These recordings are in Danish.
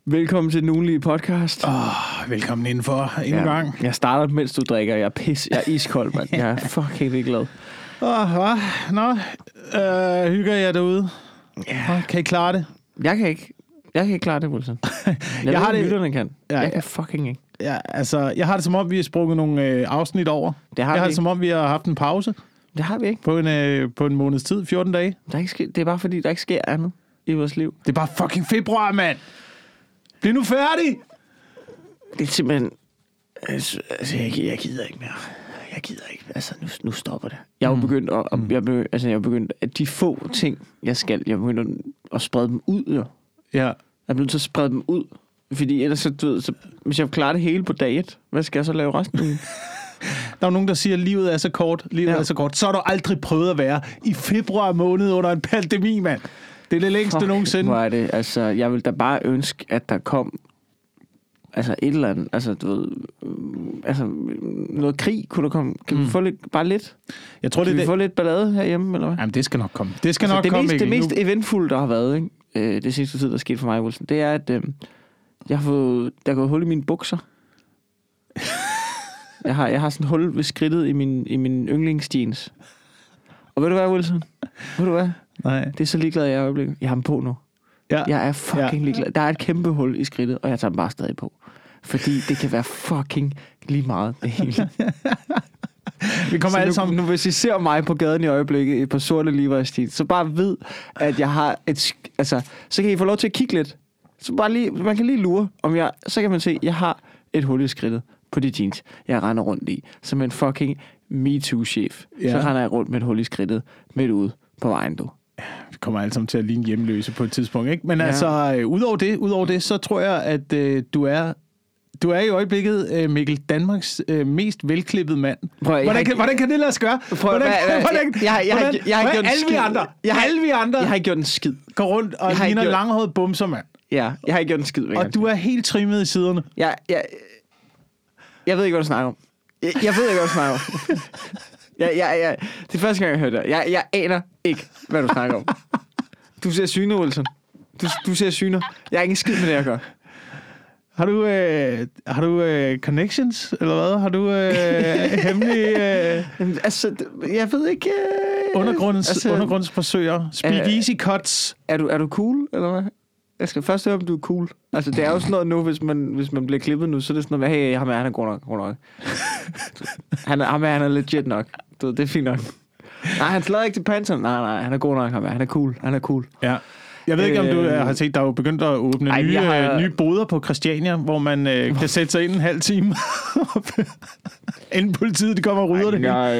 Velkommen til den ugenlige podcast. Velkommen indenfor endnu en gang. Jeg starter, mens du drikker. Jeg er iskold, mand. Jeg er fucking ikke glad. Hygger jeg derude? Ja. Kan I klare det? Jeg kan ikke klare det, Wilson. Jeg har det, lytterne kan. Jeg kan fucking ikke. Ja, altså, jeg har det som om, vi har sprunget nogle afsnit over. Jeg har det som om, vi har haft en pause. Det har vi ikke. På en måneds tid, 14 dage. Det er bare fordi, der ikke sker andet i vores liv. Det er bare fucking februar, mand. Bliv nu færdig! Det er simpelthen... Altså, jeg gider ikke mere. Jeg gider ikke. Altså, nu stopper det. Jeg er jo begyndt jeg er begyndt at de få ting, jeg er begyndt at sprede dem ud, jo. Ja. Jeg er blevet til at sprede dem ud. Fordi ellers, så hvis jeg klarer det hele på dag 1, hvad skal jeg så lave resten af ugen? Der er nogen, der siger, at livet er så kort. Er så kort. Så har du aldrig prøvet at være i februar måned under en pandemi, mand. Det er det længste nogensinde. Hvor er det? Altså, jeg vil da bare ønske, at der kom et eller andet, altså, du ved, noget krig kunne der komme. Kan vi få lidt, bare lidt? Jeg tror, kan vi få lidt ballade herhjemme, eller hvad? Jamen, det skal nok komme. Det mest eventfulde, der har været, ikke? Det sidste tid, der skete for mig, Wilson, det er, at der er gået hul i mine bukser. Jeg har sådan et hul ved skridtet i min yndlingsjeans. Og ved du hvad, Wilson? Ved du hvad? Nej. Det er så ligeglad, jeg er i øjeblikket. Jeg har dem på nu. Ja. Jeg er fucking ligeglad. Der er et kæmpe hul i skridtet, og jeg tager dem bare stadig på. Fordi det kan være fucking lige meget, det hele. Vi kommer alle sammen. Nu, hvis I ser mig på gaden i øjeblikket på sorte Levi's jeans, så bare ved, at jeg har så kan I få lov til at kigge lidt. Så bare lige, man kan lige lure, så kan man se, at jeg har et hul i skridtet på de jeans, jeg render rundt i. Som en fucking MeToo-chef. Ja. Så render jeg rundt med et hul i skridtet midt ude på vejen, du. Vi kommer alle sammen til at ligne hjemløse på et tidspunkt, ikke? Men udover det, så tror jeg, at du er i øjeblikket, Mikkel, Danmarks mest velklippede mand. Hvordan kan det lade sig gøre? Alle vi andre jeg har ikke gjort en skid. Går rundt og ligner langhåret bumser, mand. Ja, jeg har ikke gjort en skid. Og du er helt trimmet i siderne. Jeg ved ikke, hvad du snakker om. Jeg ved ikke, hvad du snakker om. Det er første gang, jeg hører det. Jeg aner ikke, hvad du snakker om. Du ser syner, Wilson. Du ser syner. Jeg har ikke en skid med det, jeg gør. Har du connections, eller hvad? Har du hemmelige... jeg ved ikke... Undergrundsforsøger. Speakeasy cuts. Er du cool, eller hvad? Jeg skal først høre, om du er cool. Altså, det er jo sådan noget nu, hvis man bliver klippet nu, så er det sådan noget med, hey, ham er god nok. Han er legit nok. Det er fint nok. Nej, han slår ikke til Panton. Nej, han er god nok, han er cool. Ja. Jeg ved ikke, om du har set, der er jo begyndt at åbne nye boder på Christiania, hvor man kan sætte sig ind en halv time, inden politiet kommer og rydder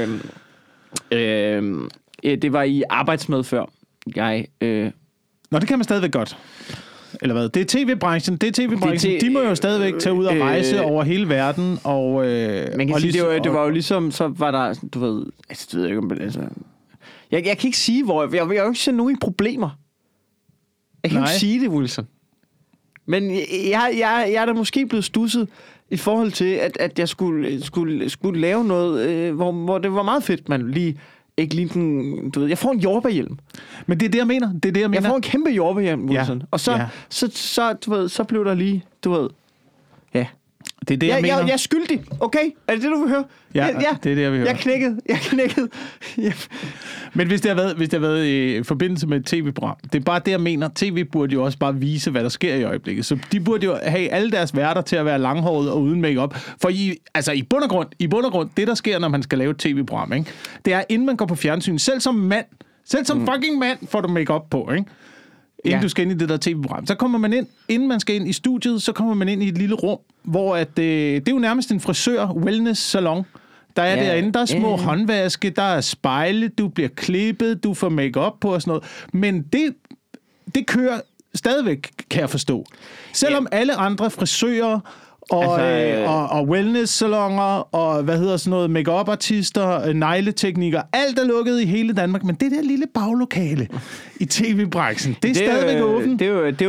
det. Det var i arbejdsmedfør. Nå, det kan man stadigvæk godt. Eller hvad? Det er tv-branchen. De må jo stadigvæk tage ud og rejse over hele verden. Og, man kan sige, det var jo ligesom, så var der, du ved, det ved jeg ikke, altså, jeg kan ikke sige, hvor jeg har jo ikke set nogen problemer. Jeg kan ikke sige det, Wilson. Men jeg er da måske blevet stusset i forhold til, at jeg skulle lave noget, hvor det var meget fedt, man lige... Ikke lige den, du ved, jeg får en jordbærhjelm. Men det er det, jeg mener. Jeg får en kæmpe jordbærhjelm, Wilson. Ja. Og så, du ved, så blev der lige, du ved, ja. Det er det, jeg mener. Jeg er skyldig, okay? Er det det, du vil høre? Ja, det er det, jeg vil høre. Jeg knækkede. Ja. Men hvis det har været i forbindelse med et tv-program, det er bare det, jeg mener. TV burde jo også bare vise, hvad der sker i øjeblikket. Så de burde jo have alle deres værter til at være langhåret og uden make-up. For i bund og grund, det der sker, når man skal lave et tv-program, ikke? Det er, inden man går på fjernsyn, selv som fucking mand, får du make-up på, ikke? Inden du skal ind i det der tv-program. Så kommer man ind, inden man skal ind i studiet, så kommer man ind i et lille rum, hvor det er jo nærmest en frisør-wellness-salon. Der er derinde, der er små håndvaske, der er spejle, du bliver klippet, du får make-up på og sådan noget. Men det kører stadigvæk, kan jeg forstå. Selvom alle andre frisører og wellness-salonger og make-up-artister, negleteknikere, alt er lukket i hele Danmark, men det der lille baglokale i tv-branchen, det er stadigvæk åbent.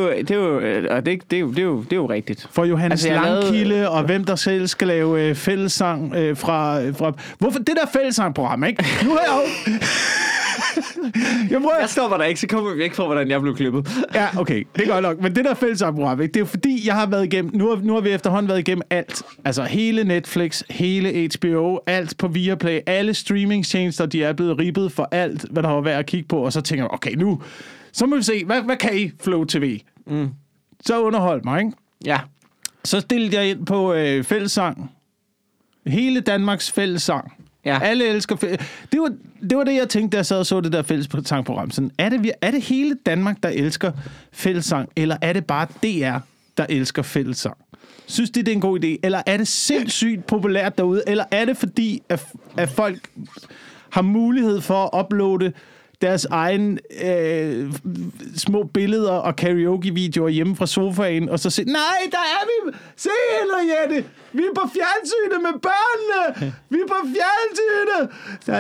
Det er jo rigtigt. For Johannes Langkilde og hvem der selv skal lave fællessang fra... Hvorfor det der fællessangprogram, ikke? Nu er jeg jo... Jeg stopper der ikke, så kommer vi væk fra, hvordan jeg blev klippet. Ja, okay, det er godt nok. Men det der fællesang-program, ikke? Det er jo fordi, jeg har været igennem, nu har vi efterhånden været igennem alt. Altså hele Netflix, hele HBO, alt på Viaplay, alle streamingtjenester, de er blevet ribbet for alt, hvad der har været at kigge på. Og så tænker jeg, okay, nu, så må vi se, hvad kan I, Flow TV? Så underhold mig, ikke? Ja. Så stillede jeg ind på fællessang. Hele Danmarks fællessang. Ja. Alle elsker det var det, jeg tænkte, da jeg sad og så det der fællessangprogram. Sådan, er det hele Danmark, der elsker fællessang, eller er det bare DR, der elsker fællessang? Synes det er en god idé? Eller er det sindssygt populært derude? Eller er det fordi, at folk har mulighed for at uploade deres egen små billeder og karaoke-videoer hjemme fra sofaen, og så se, nej, der er vi! Se, Henriette! Vi er på fjernsynet med børnene! Vi er på fjernsynet!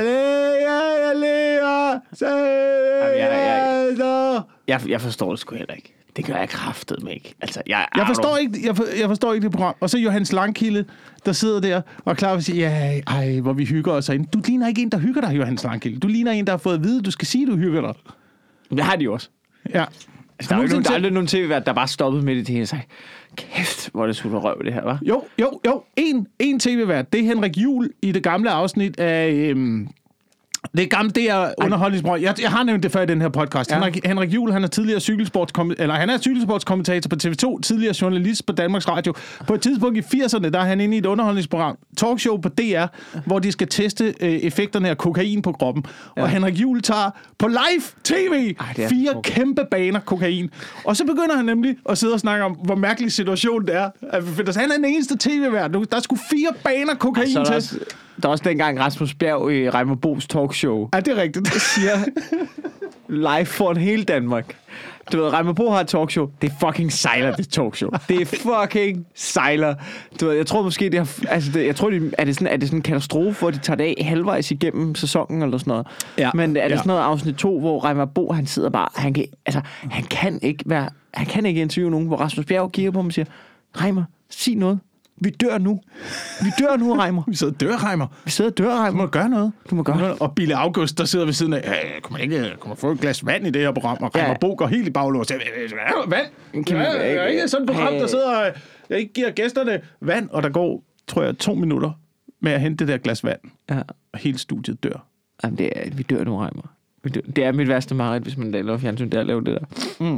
Jeg forstår det sgu heller ikke. Det gør jeg kraftedeme ikke. Altså, jeg forstår ikke det program. Og så Johannes Langkilde, der sidder der og er klar til at sige, ja, ej, hvor vi hygger os herinde. Du ligner ikke en, der hygger dig, Johannes Langkilde. Du ligner en, der har fået at vide, du skal sige, du hygger dig. Det har de jo også. Ja. Altså, der er aldrig nogen tv-vært, der bare stoppede med det hele og sagde, kæft, hvor er det super røv, det her, hva'? Jo. En tv-vært. Det er Henrik Juhl i det gamle afsnit af... Det er underholdningsprogram. Jeg har nævnt det før i den her podcast. Ja. Henrik Juhl, han er tidligere cykelsportskommentator på TV2, tidligere journalist på Danmarks Radio. På et tidspunkt i 80'erne, der er han inde i et underholdningsprogram, talkshow på DR, hvor de skal teste effekterne af kokain på kroppen. Ja. Og Henrik Juhl tager på live tv 4 kæmpe baner kokain. Og så begynder han nemlig at sidde og snakke om, hvor mærkelig situation det er. Han er den eneste tv-vært. Der er sgu 4 baner kokain til. Der er også dengang Rasmus Bjerg i Reimer Bo's talkshow. Ja, det er rigtigt. Det siger live foran hele Danmark. Du ved, Reimer Bo har et talkshow. Det er fucking sejler, det talkshow. Det er fucking sejler. Du ved, jeg tror måske, det har... Altså, er det sådan en katastrofe, hvor de tager det af halvvejs igennem sæsonen eller sådan noget? Ja. Men er det sådan noget afsnit 2, hvor Reimer Bo, han sidder bare... Han kan ikke interviewe nogen, hvor Rasmus Bjerg kigger på ham og siger, Reimer, sig noget. Vi dør nu, Reimer. Vi sidder og dør, Reimer. Du må gøre noget. Og Bille August, der sidder ved siden af, kommer få et glas vand i det her program, og Reimer Bo går helt i baglås. Vand? Jeg er ikke sådan et program, der sidder jeg ikke giver gæsterne vand, og der går, tror jeg, 2 minutter med at hente det der glas vand. Ja. Og hele studiet dør. Jamen, vi dør nu, Reimer. Det er mit værste mareridt, hvis man laver fjernsyn, det er at lave det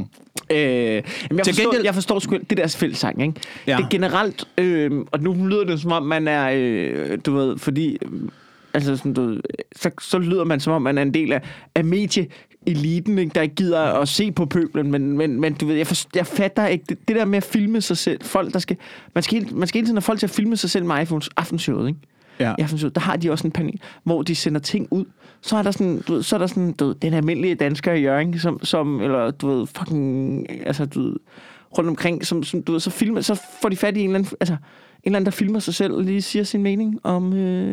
der. Jeg forstår sgu det der fællessang, ikke? Ja. Det er generelt, og nu lyder det som om, man er, du ved, fordi, altså sådan, du ved, så lyder man som om, man er en del af medieeliten, ikke? Der ikke gider at se på pøblen, men du ved, jeg fatter ikke, det der med at filme sig selv, folk, der skal, man skal hele tiden have folk til at filme sig selv med iPhones aftenshowet, ikke? Ja. Der har de også en panel, hvor de sender ting ud. Så er der sådan, du ved, den almindelige dansker i Hjørring, som eller du ved, fucking, altså du ved, rundt omkring, som du ved, så får de fat i en eller anden, der filmer sig selv og lige siger sin mening om,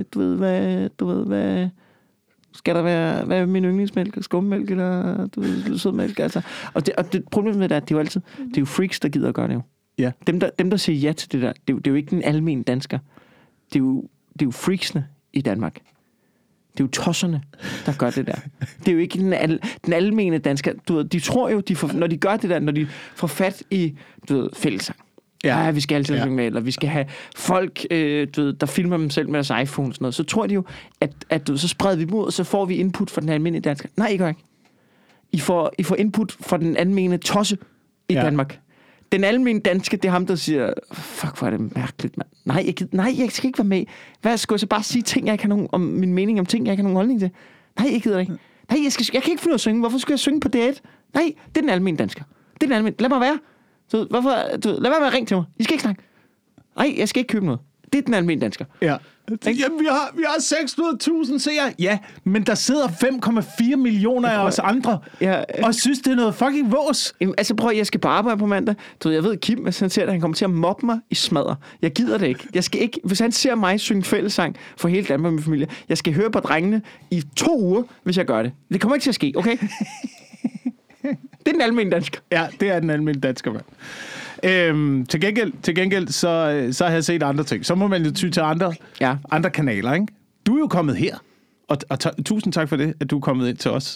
hvad skal der være, hvad er min yndlingsmælk, skummælk eller du ved, sødmælk, altså. Og det problemet med det er, det er jo altid, det er jo freaks, der gider at gøre det jo. Ja. Dem der siger ja til det der, det er jo ikke den almindelige dansker. Det er jo freaksene i Danmark. Det er jo tosserne, der gør det der. Det er jo ikke den almene dansker. Du ved, de tror jo, når de gør det der, når de får fat i, du ved, fællessang. Ja, vi skal altid synge med, eller vi skal have folk, du ved, der filmer dem selv med deres iPhone og sådan noget. Så tror de jo, at du ved, så spreder vi dem ud, og så får vi input fra den almindelige dansker. Nej, I gør ikke. I får input fra den almene tosse i Danmark. Den almindelige danske, det er ham, der siger, fuck, hvor er det mærkeligt, mand. Nej, jeg skal ikke være med. Hvad, skal jeg så bare sige ting, jeg ikke har nogen, om min mening om ting, jeg ikke har nogen holdning til? Nej, jeg gider ikke. Nej, jeg kan ikke finde ud af at synge. Hvorfor skal jeg synge på D1? Nej, det er den almindelige dansker. Det er den almindelige. Lad mig være. Lad være med at ringe til mig. I skal ikke snakke. Nej, jeg skal ikke købe noget. Det er den almindelige dansker. Ja. Jamen, vi har 600.000 seere. Ja, men der sidder 5,4 millioner af os andre, og synes, det er noget fucking vås. Altså prøv, jeg skal på arbejde på mandag. Du ved, jeg ved, Kim, hvis han ser det, han kommer til at mobbe mig i smadder. Jeg gider det ikke. Jeg skal ikke, hvis han ser mig synge fællessang for hele Danmark med min familie, jeg skal høre på drengene i 2 uger, hvis jeg gør det. Det kommer ikke til at ske, okay? Det er den almindelige dansker. Ja, det er den almindelige dansker, mand. Til gengæld så har jeg set andre ting. Så må man jo ty til andre kanaler, ikke? Du er jo kommet her, og tusind tak for det, at du er kommet ind til os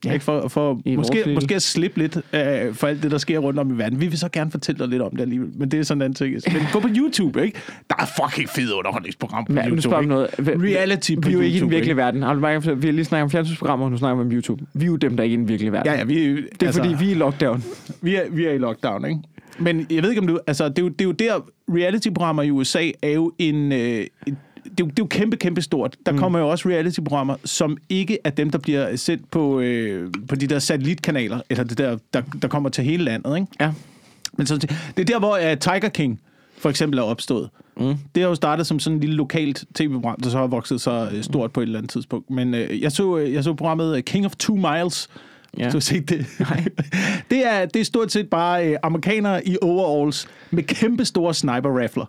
Ja. Ikke for måske at slippe lidt for alt det, der sker rundt om i verden. Vi vil så gerne fortælle dig lidt om det alligevel, men det er sådan en anden ting. Men gå på YouTube, ikke? Der er fucking fede underholdningsprogram på YouTube. Nu spørger vi noget. Reality på YouTube. Vi er jo ikke i den virkelige verden. Vi har lige snakket om fjernsynsprogrammer, og nu snakker vi om YouTube. Vi er jo dem, der er ikke i den virkelige verden. Ja, det er fordi, vi er i lockdown. Vi er i lockdown, ikke? Men jeg ved ikke, om du... Altså, det er jo der, reality-programmer i USA er jo en... Det er jo kæmpe stort. Der kommer jo også reality-programmer, som ikke er dem, der bliver sendt på de der satellitkanaler, eller det der kommer til hele landet, ikke? Ja. Men så, det er der, hvor Tiger King for eksempel er opstået. Det har jo startet som sådan en lille lokalt tv-program, der så har vokset så stort på et eller andet tidspunkt. Men jeg så programmet King of 2 Miles. Ja. Du har set det? Nej. Det er stort set bare amerikanere i overalls med kæmpe store sniper-rifler.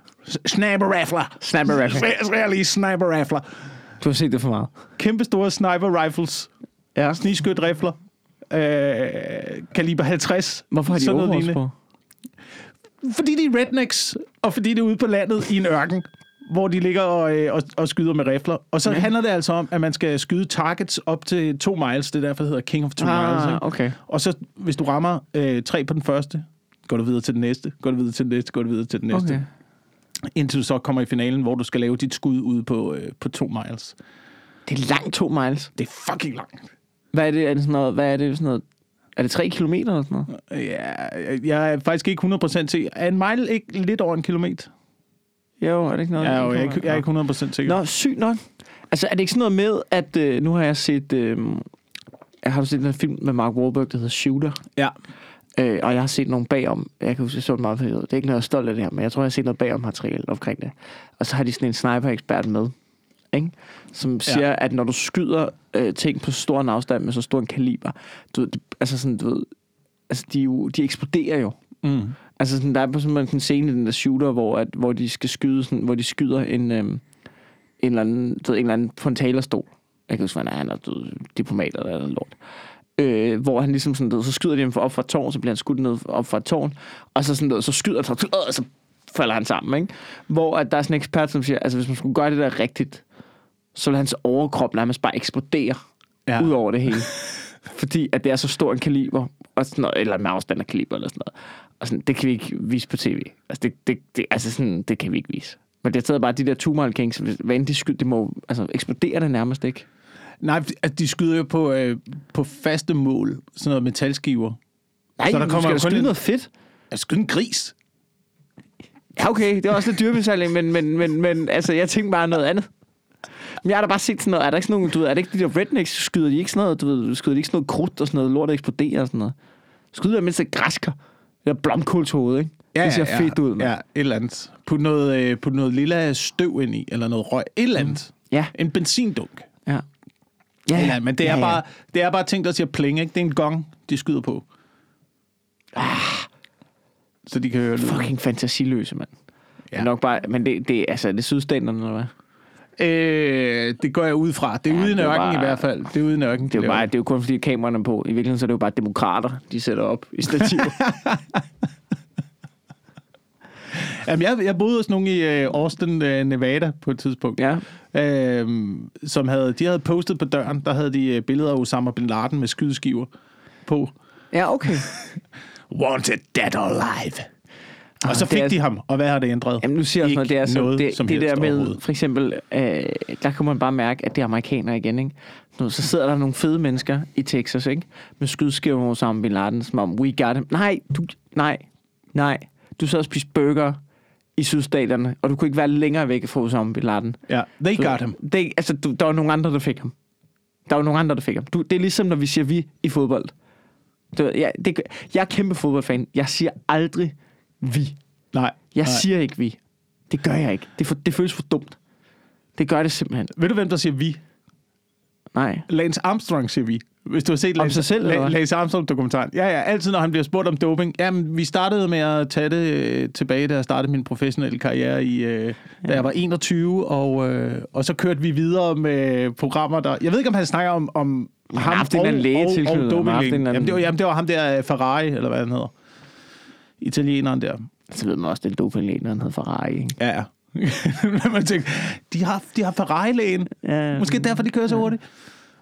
Sniper-rifler. Du har set det for meget. Kæmpe store sniper-rifles. Ja. Snigskyt-rifler. Kaliber 50. Hvorfor har de overalls på? Fordi de er rednecks, og fordi det er ude på landet i en ørken, hvor de ligger og skyder med rifler. Og så handler det altså om, at man skal skyde targets op til 2 miles. Det er derfor, det hedder King of 2 Miles. Ikke? Okay. Og så, hvis du rammer 3 på den første, går du videre til den næste, går du videre til den næste, går du videre til den næste. Okay. Indtil du så kommer i finalen, hvor du skal lave dit skud ude på 2 miles. Det er langt 2 miles. Det er fucking langt. Hvad er det? Er det sådan noget? Hvad er det sådan noget? Er det 3 kilometer eller sådan noget? Ja, jeg er faktisk ikke 100% sikker. Er en mile ikke lidt over 1 kilometer? Jo, er det ikke noget? Ja, jeg er ikke 100% sikker. Nå, sygt nok. Altså, er det ikke sådan noget med, at nu har jeg set... har du set den film med Mark Wahlberg, der hedder Shooter? Ja. Og jeg har set nogle bagom. Jeg kan huske, det så meget for det er ikke noget, jeg er stolt af det her, men jeg tror, jeg har set noget bagom materiale omkring det. Og så har de sådan en sniper-ekspert med, ikke? Som siger, at når du skyder ting på stor en afstand med så stor en kaliber, de eksploderer jo. Altså sådan, der er sådan en scene i den der Shooter, hvor de skal skyde sådan, hvor de skyder en eller anden på en talerstol. Jeg kan huske, han er diplomat eller noget lort. Hvor han ligesom sådan, så skyder de ham op fra et tårn, så bliver han skudt ned op fra et tårn, og så sådan, så skyder han, og så falder han sammen, ikke? Hvor at der er sådan en ekspert, som siger, altså hvis man skulle gøre det der rigtigt, så vil hans overkrop nærmest bare eksplodere ud over det hele. Fordi at det er så stor en kaliber, og sådan noget, eller en afstand af kaliber, eller sådan noget. Og sådan, det kan vi ikke vise på tv. Altså det kan vi ikke vise. Men det er taget bare de der 2 mile kings, hvad end de skyder, det må eksplodere det nærmest ikke. Nej, altså, de skyder jo på faste mål, sådan noget metalskiver. Nej, så der kommer skal skyde noget fedt. Jeg skyder en gris. Ja, okay, det er også lidt dyremishandling, men altså, jeg tænker bare noget andet. Men jeg har da bare set sådan noget, er der ikke sådan nogle, er det ikke de der rednecks, skyder de ikke sådan noget, skyder de ikke sådan noget krudt og sådan noget lort, der eksploderer og sådan noget. Skyder jeg mindst et græsker. Det er blomkålshoved, ikke? Ja, det ser fedt ud, man. Ja, et eller andet. Put noget lilla støv ind i, eller noget røg. Et eller andet. Ja. En benzindunk. Ja. Ja, men det er bare ting, der siger pling, ikke? Det er en gong, de skyder på. Så de kan høre det. Fucking fantasiløse, mand. Ja. Men nok bare, men det er sydstaterne, eller hvad? Det går jeg ud fra. Det er ude i nørken i hvert fald. Det er ude i nørken. Det er jo kun fordi kameraerne er på. I virkeligheden så er det jo bare demokrater, de sætter op i stativer. Jamen, jeg boede hos nogen i Austin, Nevada på et tidspunkt. Ja. Som de havde postet på døren, der havde de billeder af Osama Bin Laden med skydeskiver på. Ja, okay. Wanted dead or alive. Og så fik de ham, og hvad har det ændret? Jamen nu siger jeg også noget, det der med, for eksempel, der kan man bare mærke, at det er amerikanere igen, ikke? Nu, så sidder der nogle fede mennesker i Texas, ikke? Med skydeskiver Osama Bin Laden, som om, we got him. Nej. Du sad og spiste burger i sydstaterne, og du kunne ikke være længere væk fra Osama Bin Laden. Ja, they got him. Der var nogle andre, der fik ham. Det er ligesom, når vi siger vi i fodbold. Jeg er kæmpe fodboldfan. Jeg siger aldrig vi. Nej. Jeg siger ikke vi. Det gør jeg ikke. Det føles for dumt. Det gør det simpelthen. Ved du, hvem der siger vi? Nej. Lance Armstrong siger vi. Hvis du har set Lance Armstrong-dokumentaren. Ja, altid når han bliver spurgt om doping. Jamen, vi startede med at tage det tilbage, da jeg startede min professionelle karriere, da jeg var 21, og så kørte vi videre med programmer, der... Jeg ved ikke, om han snakker om ham og dopinglægen. Jamen, det var ham der Ferrari, eller hvad han hedder. Italieneren der. Så ved man også, det er dopinglægen, han hedder Ferrari, ikke? Ja. Man tænker, de har Ferrari-lægen. Ja. Måske derfor, de kører så hurtigt.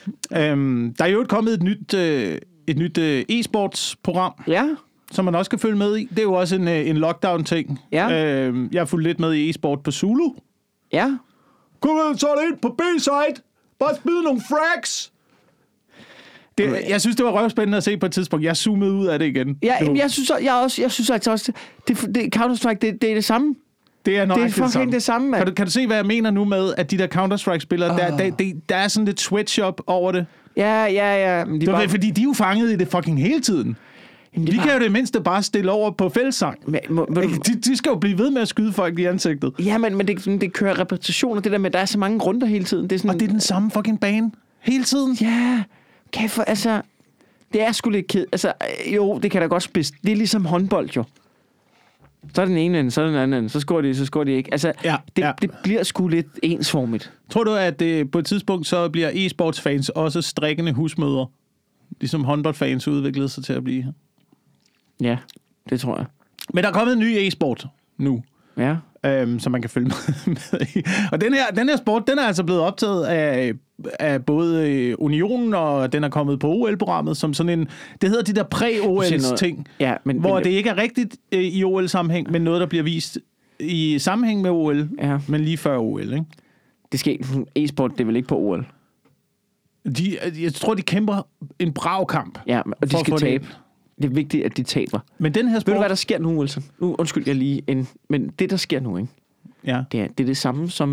Der er jo kommet et nyt e-sportsprogram, som man også kan følge med i. Det er jo også en lockdown-ting. Ja. Jeg har fulgt lidt med i e-sport på Zulu. Ja. Kom så ind på B-side. Bare spide nogle frags. Jeg synes, det var røvspændende at se på et tidspunkt. Jeg zoomede ud af det igen. Ja, jeg synes altså også, det Counter-Strike, det er det samme. Det er fucking det samme, mand. Kan du se, hvad jeg mener nu med, at de der Counter-Strike-spillere, der er sådan lidt switch-up over det? Ja. Men fordi de er jo fanget i det fucking hele tiden. De kan jo det mindste bare stille over på fællessang. De skal jo blive ved med at skyde folk i ansigtet. Ja, men det kører repetitioner, det der med, at der er så mange runder hele tiden. Det er sådan, og det er den samme fucking bane hele tiden. Ja, altså, det er sgu lidt kedeligt. Altså, jo, det kan da godt spidse. Det er ligesom håndbold, jo. Så er den ene ende, så er den anden ende. Så scorer de ikke. Altså, det bliver sgu lidt ensformigt. Tror du, at på et tidspunkt, så bliver e-sportsfans også strikkende husmødre? Ligesom håndboldfans udviklede sig til at blive her. Ja, det tror jeg. Men der er kommet en ny e-sport nu. Ja. Som man kan følge med i. Og den her sport, den er altså blevet optaget af både Unionen, og den er kommet på OL-programmet, som sådan en, det hedder de der præ-OL-ting, hvor det ikke er rigtigt i OL-sammenhæng, men noget, der bliver vist i sammenhæng med OL, men lige før OL, ikke? Det skal e-sport, det er vel ikke på OL? Jeg tror, de kæmper en brav kamp. Ja, og de skal tabe. Det er vigtigt, at de taber. Men den her sport... Ved du, hvad der sker nu, Wilson? Nu undskyld jeg lige men det, der sker nu, ikke? Ja. Det er det samme som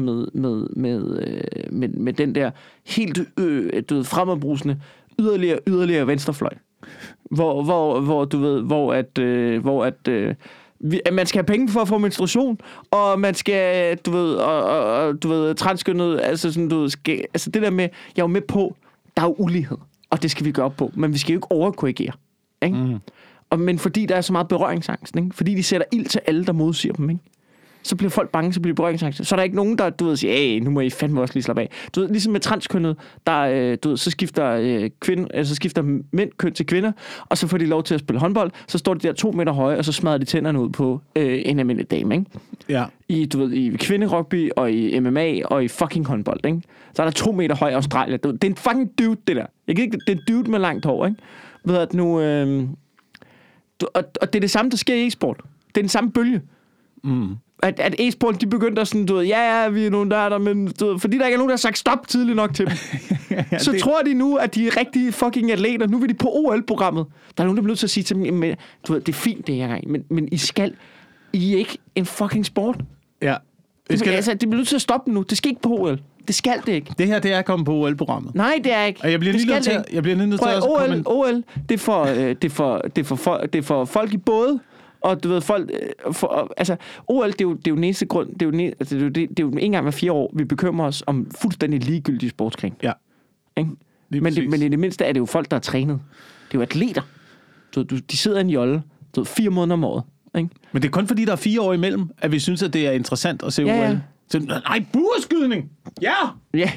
med den der helt fremadbrusende yderligere venstrefløj. Hvor du ved, hvor man skal have penge for at få menstruation, og man skal, du ved, transkønnet, altså sådan, du ved, altså det der med, jeg er jo med på, der er jo ulighed, og det skal vi gøre op på, men vi skal jo ikke overkorrigere. Ikke? Men fordi der er så meget berøringsangst, ikke? Fordi de sætter ild til alle, der modsiger dem, ikke? Så bliver folk bange, så bliver berøringsangst. Så er der ikke nogen, der, du ved, siger, nu må I fandme også lige slappe af. Du ved, ligesom med transkønnet, der, du ved, så skifter mænd køn til kvinder, og så får de lov til at spille håndbold, så står de der 2 meter høje, og så smadrer de tænderne ud på en almindelig dame, ikke? Ja. I kvinderugby, og i MMA, og i fucking håndbold, ikke? Så er der 2 meter høj Australien. Det er en fucking dude, det der. Det er en dude med langt hår, ikke? Ved at nu... og det er det samme, der sker i e-sport. Det er den samme bølge. At e-sport, de begyndte at sådan, du ved, vi er nogle der, men du ved, fordi der ikke er nogen, der har sagt stop tidligt nok til dem. Så tror de nu, at de er rigtige fucking atleter. Nu vil de på OL-programmet. Der er nogen, der bliver nødt til at sige til dem, du ved, det er fint, det her gang, men I er ikke en fucking sport. Ja. Det bliver nødt til at stoppe nu. Det skal ikke på OL. Det skal det ikke. Det her, det er kommet på OL-programmet. Nej, det er ikke. Og jeg bliver lige nødt til at komme OL, det er for folk i både. Og du ved, folk... altså, OL, det er jo den eneste grund... Det er jo en gang hver 4 år, vi bekymrer os om fuldstændig ligegyldige sportskring. Ja. Ikke? Men i det mindste er det jo folk, der er trænet. Det er jo atleter. De sidder i en jolle 4 måneder om året. Ikke? Men det er kun fordi, der er 4 år imellem, at vi synes, at det er interessant at se OL. Ja. Så, nej, bueskydning! Ja! Ja,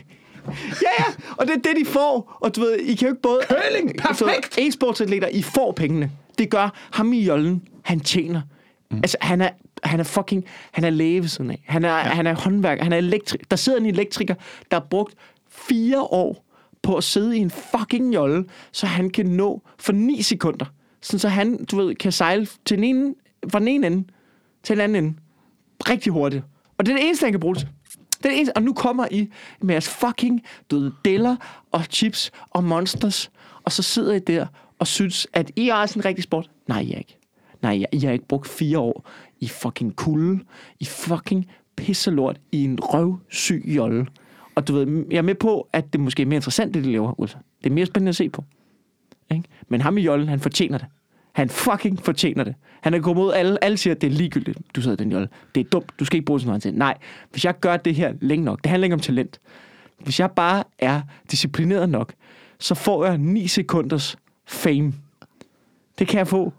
og det er det, de får. Og du ved, I kan jo ikke både... Curling! Perfekt! E-sportsatleter, I får pengene. Det gør ham i jollen. Han tjener. Altså, han er fucking... Han er læge ved siden af. Han er håndværker. Han er elektriker. Der sidder en elektriker, der har brugt 4 år på at sidde i en fucking jolle, så han kan nå for 9 sekunder. Sådan, så han, du ved, kan sejle fra den ene ende til den anden ende. Rigtig hurtigt. Og det er det eneste, han kan bruge til. Det er det eneste. Og nu kommer I med jeres fucking, du ved, deller og chips og monsters, og så sidder I der og synes, at I er sådan en rigtig sport. Nej, I er ikke. Nej, I har ikke brugt 4 år i fucking kulde, i fucking pisselort, i en røvsyg jolle. Og du ved, jeg er med på, at det måske er mere interessant, det de laver. Altså. Det er mere spændende at se på. Ikke? Men ham i jollen, han fortjener det. Han fucking fortjener det. Han er gået mod alle siger, at det er ligegyldigt. Du sidder i den jolle. Det er dumt. Du skal ikke bruge sådan noget til. Nej, hvis jeg gør det her længe nok, det handler ikke om talent. Hvis jeg bare er disciplineret nok, så får jeg 9 sekunders fame. Det kan jeg få.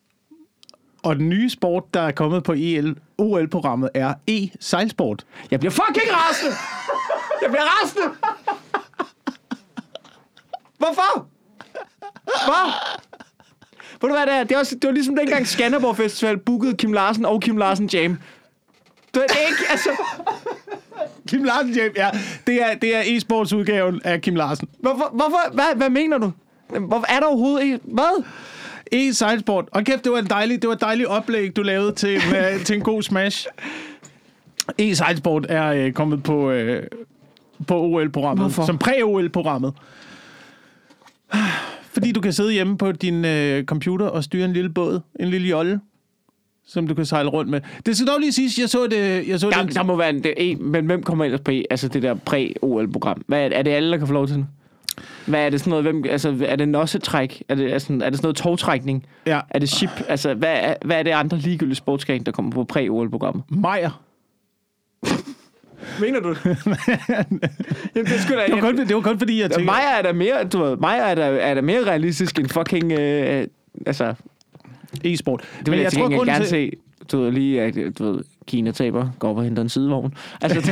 Og den nye sport, der er kommet på OL-programmet, er e-sejlsport. Jeg bliver fucking rasende! Jeg bliver rasende! Hvorfor? Hvad? Ved du hvad det er? Det var ligesom dengang Skanderborg Festival bookede Kim Larsen og Kim Larsen Jam. Det er ikke, altså... Kim Larsen hjem, ja. Det er e-sports udgaven af Kim Larsen. Hvorfor? Hvad mener du? Hvorfor er der overhovedet hvad? E-sejlsport. Og kæft, det var et dejligt oplæg, du lavede til en god smash. E-sejlsport er kommet på OL-programmet. Hvorfor? Som præ-OL-programmet. Fordi du kan sidde hjemme på din computer og styre en lille båd, en lille jolle, som du kan sejle rundt med. Det skal dog lige siges, jeg så det. Der må være men hvem kommer ellers på altså det der præ-OL-program? Er det alle, der kan få lov til det? Hvad er det sådan noget? Er det nossetræk? Er det sådan noget togtrækning? Ja. Er det ship? Altså, hvad er det andre ligegyldige sportsgrene, der kommer på præ-OL-programmet? Meyer. Mener du? Jamen, det var kun fordi, jeg tænkte... Meyer er der mere, Meyer er der mere realistisk end fucking, e-sport. Det vil jeg gerne se. Lige at, Kina taber, går op og henter en sidevogn. Altså,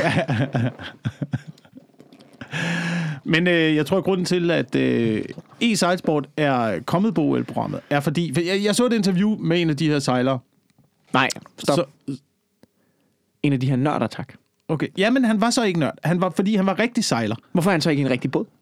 Men jeg tror, at grunden til, at e-sejlsport er kommet på OL-programmet, er fordi... For jeg så et interview med en af de her sejlere. Nej, stop. En af de her nørder, tak. Okay, jamen han var så ikke nørd. Fordi han var rigtig sejler. Hvorfor er han så ikke en rigtig båd?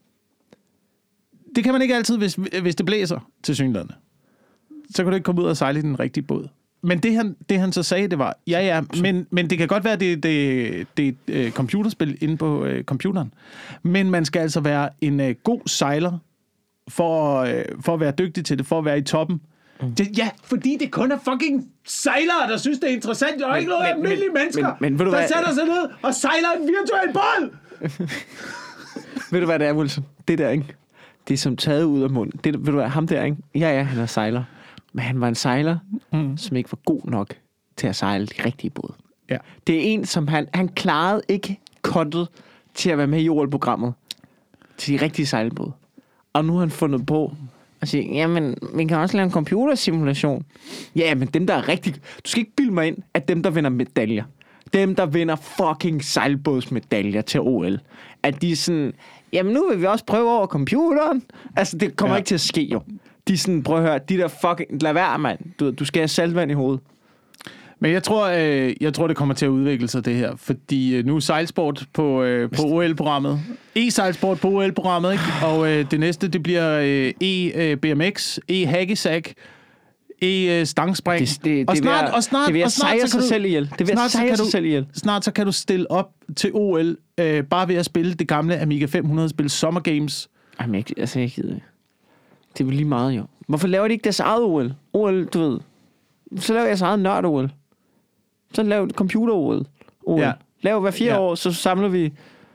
Det kan man ikke altid, hvis det blæser til synligheden. Så kan du ikke komme ud og sejle i den rigtige båd. Men det han så sagde, det var, men det kan godt være, det er et computerspil inde på computeren. Men man skal altså være en god sejler for at være dygtig til det, for at være i toppen. Ja, fordi det kun er fucking sejlere, der synes, det er interessant. Der er ikke nogen almindelige mennesker, der sætter sig ned og sejler en virtuel båd. Ved du, hvad det er, Wilson? Det der, ikke? Det er som taget ud af munden. Ved du hvad, ham der, ikke? Ja, han er sejler. Men han var en sejler, som ikke var god nok til at sejle de rigtige båd. Ja. Det er en, som han klarede ikke kottet til at være med i OL-programmet til de rigtige sejlbåde. Og nu har han fundet på og sige, jamen, vi kan også lave en computersimulation. Ja, men dem, der er rigtig... Du skal ikke bilde mig ind, at dem, der vinder medaljer, dem, der vinder fucking sejlbådsmedaljer til OL, at de er sådan, jamen, nu vil vi også prøve over computeren. Altså, det kommer ikke til at ske, jo. De sådan, prøv at høre, de der fucking... Lad være, mand. Du skal have saltvand i hovedet. Men jeg tror, det kommer til at udvikle sig, det her. Fordi nu er sejlsport på OL-programmet. E-sejlsport på OL-programmet, ikke? Og det næste, det bliver e-BMX, e-hacky-sack, e-stangspring. Og snart... Det vil jeg sejre sig selv ihjel. Det vil jeg sejre sig selv ihjel. Snart så kan du stille op til OL, bare ved at spille det gamle Amiga 500-spil Summer Games. Jamen, jeg gider ikke. Det er vel lige meget, jo. Hvorfor laver de ikke deres eget OL? OL, du ved. Så laver jeg deres eget nørd-OL. Så laver et computer-OL. Ja. Laver hver 4 år, så samler vi...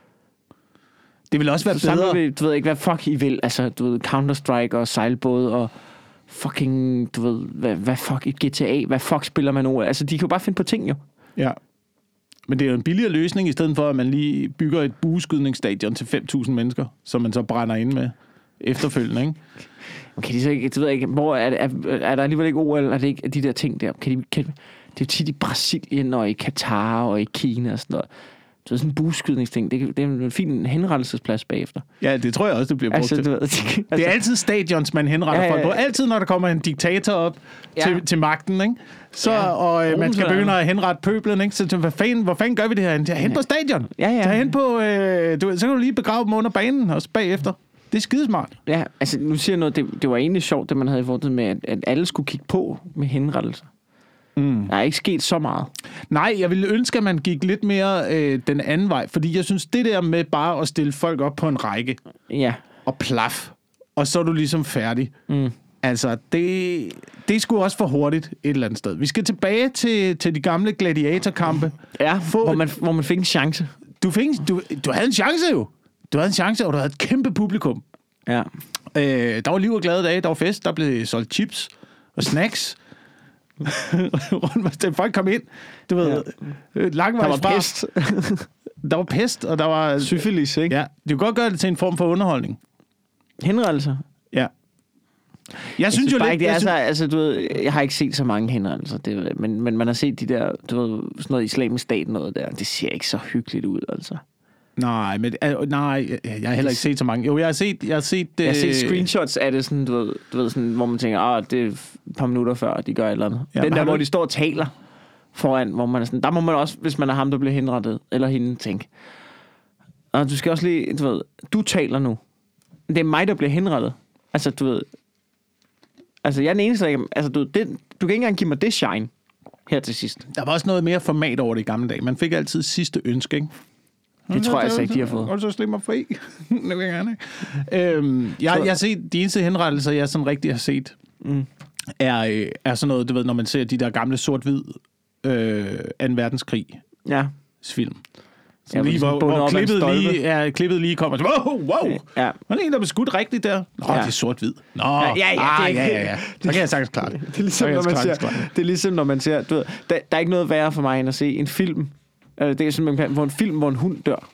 Det vil også være bedre. Vi, du ved ikke, hvad fuck I vil. Altså, du ved, Counter-Strike og sejlbåd og fucking, du ved, hvad fuck i GTA? Hvad fuck spiller man OL? Altså, de kan jo bare finde på ting, jo. Ja. Men det er jo en billigere løsning, i stedet for, at man lige bygger et bueskydningsstadion til 5.000 mennesker, som man så brænder ind med efterfølgende, ikke? Okay, de så ikke, det ved jeg ikke, hvor er der alligevel ikke OL, er det ikke de der ting der? Det er jo tit i Brasilien og i Katar og i Kina og sådan noget. Det er sådan en bueskydningsting. Det er en fin henrettelsesplads bagefter. Ja, det tror jeg også, det bliver brugt til. Det er altid stadions, man henretter folk på. Altid, når der kommer en diktator op til magten, ikke? Så, og man skal begynde at henrette pøblen, ikke? Så hvor fanden gør vi det her? Hen på stadion. Hen på, så kan du lige begrave dem under banen, og bagefter. Det er skidesmart. Ja, altså nu siger jeg noget, det var egentlig sjovt, det man havde i forhold med, at alle skulle kigge på med henrettelser. Der er ikke sket så meget. Nej, jeg ville ønske, at man gik lidt mere den anden vej, fordi jeg synes, det der med bare at stille folk op på en række og plaf, og så er du ligesom færdig. Altså, det er sgu også for hurtigt et eller andet sted. Vi skal tilbage til de gamle gladiatorkampe. Ja, hvor man fik en chance. Du havde en chance jo. Du havde en chance, og du havde et kæmpe publikum. Ja. Der var liv og glade dage, der var fest, der blev solgt chips og snacks. Folk kom ind, du ved, langvejs der var pest. Der var pest, og der var... syfilis, ikke? Ja, du kan godt gøre det til en form for underholdning. Henrettelser? Ja. Jeg synes jo lidt... Altså, du ved, jeg har ikke set så mange henrettelser, men man har set de der, du ved, sådan noget islamisk stat noget der, det ser ikke så hyggeligt ud, altså. Nej, jeg har heller ikke set så mange. Jo, jeg har set screenshots af det, sådan, du ved sådan, hvor man tænker, det er et par minutter før, de gør et eller andet. Ja, den der, hvor de står og taler foran, hvor man er sådan, der må man også, hvis man er ham, der bliver henrettet, eller hende, tænke, Og du skal også lige, du ved, du taler nu. Det er mig, der bliver henrettet. Altså, du ved... Altså, jeg er den eneste, der... Altså, du kan ikke engang give mig det shine her til sidst. Der var også noget mere format over det i gamle dage. Man fik altid sidste ønske, ikke? Det tror jeg altså ikke, de har fået. Og så slipper mig fri. Det vil jeg gerne, ikke? Jeg har set, de eneste henrettelser, jeg sådan rigtig har set, er sådan noget, du ved, når man ser de der gamle sort-hvid 2. verdenskrig film. Ja, lige, hvor klippet lige kommer. Wow! Ja. Var det en, der blev skudt rigtigt der? Nå, det er sort-hvid. Nå, ja. Så kan jeg sagtens klare det. Det er ligesom, når man ser... Du ved, der er ikke noget værre for mig, end at se en film. Det er simpelthen, hvor en film, hvor en hund dør.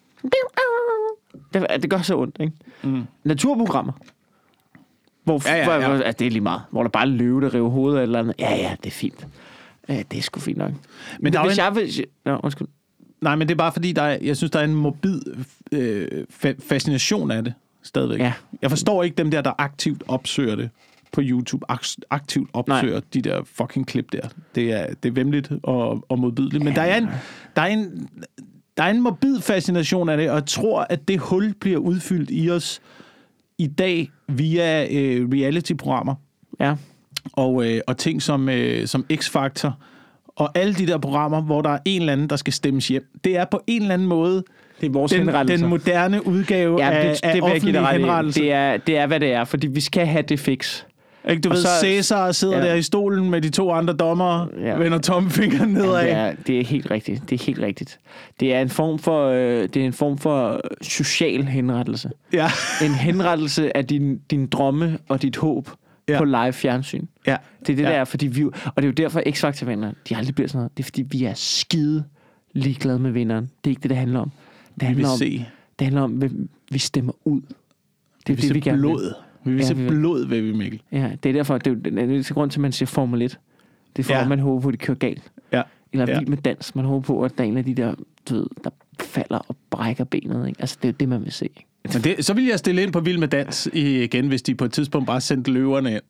Det gør så ondt, ikke? Naturprogrammer. Hvor det er lige meget. Hvor der bare løve, der river hovedet eller andet. Ja, det er fint. Det er sgu fint nok. Men hvis jeg... undskyld. Nej, men det er bare fordi, jeg synes, der er en morbid fascination af det stadigvæk. Ja. Jeg forstår ikke dem der aktivt opsøger det på YouTube. Aktivt opsøger de der fucking klip der. Det er væmmeligt og modbydeligt. Men der er en morbid fascination af det, og jeg tror, at det hul bliver udfyldt i os i dag via reality-programmer. Ja. Og ting som X-Factor. Og alle de der programmer, hvor der er en eller anden, der skal stemmes hjem. Det er på en eller anden måde det er vores den moderne udgave af offentlige henrettelser. Det er, hvad det er, fordi vi skal have det fix. Ikke, du ved, Cæsar sidder der i stolen med de 2 andre dommere, vender tommelfingeren nedad. Det er helt rigtigt. Det er helt rigtigt. Det er en form for social henrettelse. Ja. En henrettelse af din drømme og dit håb. På live fjernsyn. Ja. Det er det der, fordi vi... Og det er jo derfor, X-Factor-vinderne, de aldrig bliver sådan noget. Det er, fordi vi er skide ligeglade med vinderen. Det er ikke det handler om. Det handler om, hvem vi stemmer ud. Det er det, vi gerne vil. Vi vil se blod, vil vi, Mikkel. Ja, det er derfor, det er grund til, at man siger Formel 1. Det er for, at man håber på, at de kører galt. Ja. Eller Vild med dans. Man håber på, at der er en af de der, der falder og brækker benet. Ikke? Altså, det er det, man vil se. Men så vil jeg stille ind på Vild med dans igen, hvis de på et tidspunkt bare sendte løverne ind.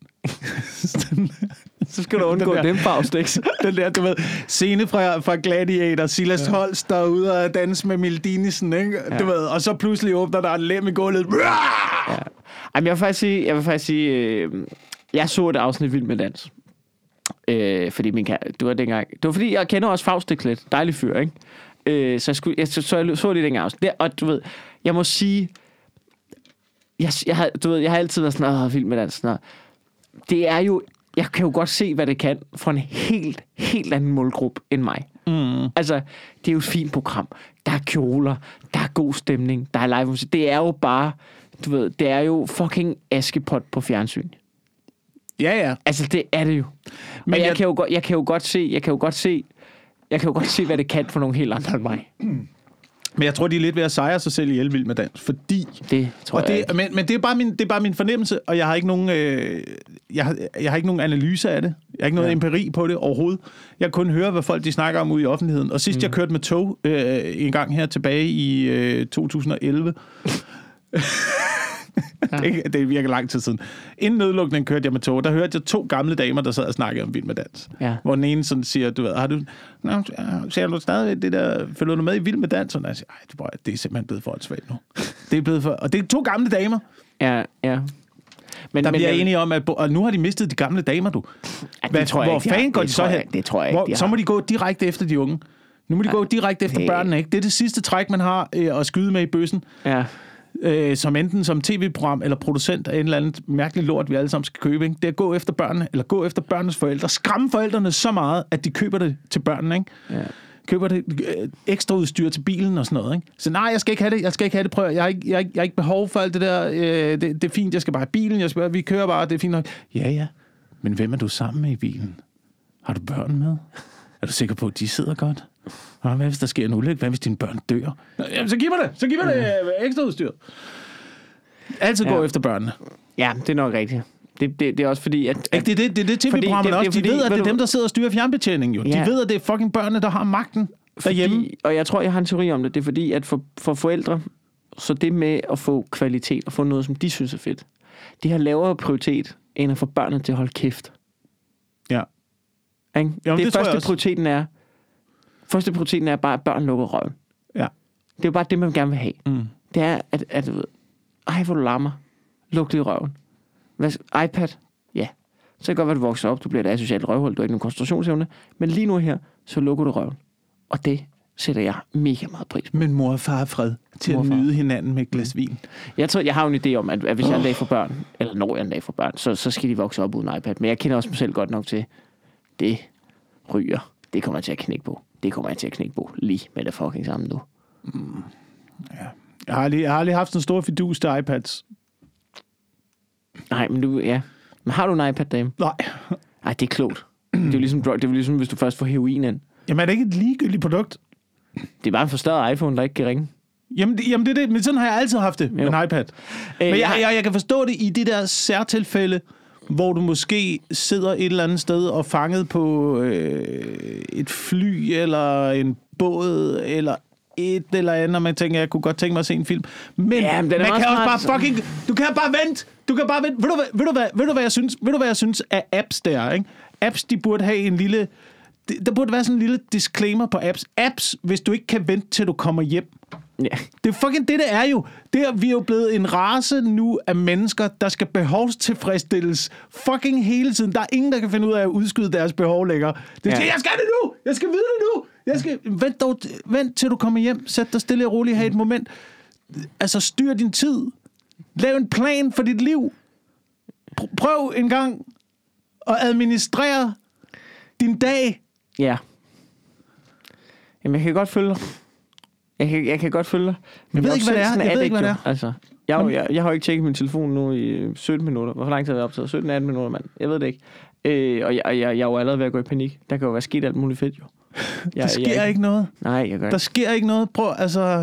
Så skal du undgå dem Faustix. Den der, du ved, scene fra Gladiator, Silas Holst, der er ude og danse med Mildinisen, ikke? Ja. Du ved, og så pludselig åbner der en lem i gulvet. Ja. Jamen, jeg vil faktisk sige, jeg så et afsnit Vild med dans. Fordi det var fordi, jeg kender også Faustix lidt. Dejlig fyr, ikke? Så jeg så det dengang også. Og du ved, jeg må sige, jeg har altid været sådan, Vild med dans. Det er jo, jeg kan jo godt se, hvad det kan for en helt anden målgruppe end mig. Altså, det er jo et fint program. Der er kjoler, der er god stemning, der er live musik. Det er jo bare, du ved, det er jo fucking Askepot på fjernsyn. Ja. Altså, det er det jo. Men jeg kan jo godt se, hvad det kan for nogle helt andre end mig. Men jeg tror, de er lidt ved at sejre sig selv i Vild med dans, fordi... Det tror jeg ikke. Men det er bare min fornemmelse, og jeg har ikke nogen, jeg har ikke nogen analyse af det. Jeg har ikke noget empiri på det overhovedet. Jeg kan kun høre, hvad folk de snakker om ude i offentligheden. Og sidst jeg kørte med tog en gang her tilbage i 2011... Det virker lang tid siden. Inden nedlukningen kørte jeg med tog. Der hørte jeg 2 gamle damer, der sad og snakkede om Vild med dans. Ja. Hvor den ene sådan siger, du ved, ser du stadig det der, følger du med i Vild med dans? Og jeg siger, det er simpelthen blevet for åndssvagt nu. Det er blevet for... Og det er 2 gamle damer. Ja. Men bliver enige om, at nu har de mistet de gamle damer, du. Ja, det tror jeg hvor ikke. Fanden går de så hen? Det tror jeg ikke. Så må de gå direkte efter de unge. Nu må de gå direkte efter børnene, ikke? Det er det sidste træk, man har at skyde med i bøssen. Ja. Som enten som tv-program eller producent af en eller anden mærkelig lort, vi alle sammen skal købe. Ikke? Det er at gå efter børnene, eller gå efter børnenes forældre. Skræmme forældrene så meget, at de køber det til børnene. Ikke? Ja. Køber det ekstra udstyr til bilen og sådan noget. Ikke? Så nej, jeg skal ikke have det. Prøv. Jeg har ikke behov for alt det der. Det er fint, jeg skal bare have bilen. Vi kører bare, det er fint nok. Ja. Men hvem er du sammen med i bilen? Har du børn med? Er du sikker på, at de sidder godt? Hvad hvis der sker en ulykke? Hvad hvis dine børn dør? Jamen, så giv mig det ekstra udstyr. Altid gå efter børnene. Ja, det er nok rigtigt. Det er også fordi, at... Det er det tv-programmet også. De ved, at det er dem, der sidder og styrer fjernbetjeningen, jo. Ja. De ved, at det er fucking børnene, der har magten derhjemme. Og jeg tror, jeg har en teori om det. Det er fordi, at for forældre, så det med at få kvalitet og få noget, som de synes er fedt, de har lavere prioritet, end at få børnene til at holde kæft. Ja. Jamen, det første prioriteten er... Første prioriteten er bare, at børn lukker røven. Ja. Det er jo bare det, man gerne vil have. Det er, at du ved, hvor du larmer. Luk det i røven. iPad? Ja. Så kan det godt være, du vokser op. Du bliver et asocialt røvhul. Du har ikke nogen koncentrationsevne. Men lige nu her, så lukker du røven. Og det sætter jeg mega meget pris på. Men mor og far er fred til at nyde hinanden med et glas vin. Jeg har jo en idé om, at hvis jeg en dag får børn, eller når jeg en dag får børn, så skal de vokse op uden iPad. Men jeg kender også mig selv godt nok til, det ryger. Det kommer jeg til at knække på. Det kommer jeg til at knække på lige med det fucking sammen nu. Ja. Jeg har aldrig haft en stor fidus til iPads. Nej, men Men har du en iPad derhjemme? Nej. Nej, det er klogt. Det er jo ligesom, hvis du først får heroin ind. Jamen, er det ikke et ligegyldigt produkt? Det er bare en forstørret iPhone, der ikke kan ringe. Jamen det er det. Men sådan har jeg altid haft det med en iPad. Men jeg kan forstå det i det der særtilfælde, hvor du måske sidder et eller andet sted og fanget på et fly, eller en båd, eller et eller andet, og man tænker, jeg kunne godt tænke mig at se en film. Men man kan også bare fucking... Du kan bare vente. Ved du, hvad jeg synes af apps der, ikke? Apps, de burde have en lille... Der burde være sådan en lille disclaimer på apps. Apps, hvis du ikke kan vente, til du kommer hjem. Ja. Det er fucking det er jo. Vi er jo blevet en race nu af mennesker, der skal behovstilfredsstilles fucking hele tiden. Der er ingen, der kan finde ud af at udskyde deres behov længere. Jeg skal det nu! Jeg skal vide det nu! Vent til du kommer hjem. Sæt dig stille og roligt. Have et moment. Altså, styr din tid. Lav en plan for dit liv. Prøv en gang at administrere din dag. Ja. Jamen, jeg kan godt følge dig. Jeg kan godt følge dig. Men jeg ved ikke, hvad det er. Altså, jeg har jo ikke tjekket min telefon nu i 17 minutter. Hvor lang tid har jeg optaget? 17-18 minutter, mand. Jeg ved det ikke. Og jeg er jo allerede ved at gå i panik. Der kan jo være sket alt muligt fedt, jo. Der sker ikke noget. Nej, jeg gør ikke. Der sker ikke noget. Prøv,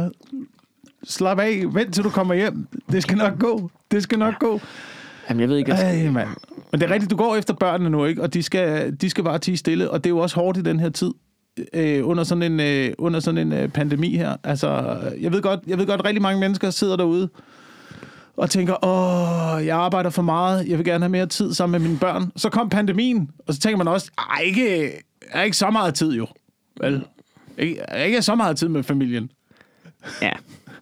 slap af. Vent til du kommer hjem. Det skal nok gå. Jamen, jeg ved ikke... Men det er rigtigt, du går efter børnene nu, ikke? Og de skal bare tie stille. Og det er jo også hårdt i den her tid. Under sådan en pandemi her. Altså, jeg ved godt, rigtig mange mennesker sidder derude og tænker, jeg arbejder for meget, jeg vil gerne have mere tid sammen med mine børn. Så kom pandemien, og så tænker man også, ikke så meget tid jo. Vel? Ikke så meget tid med familien. Ja.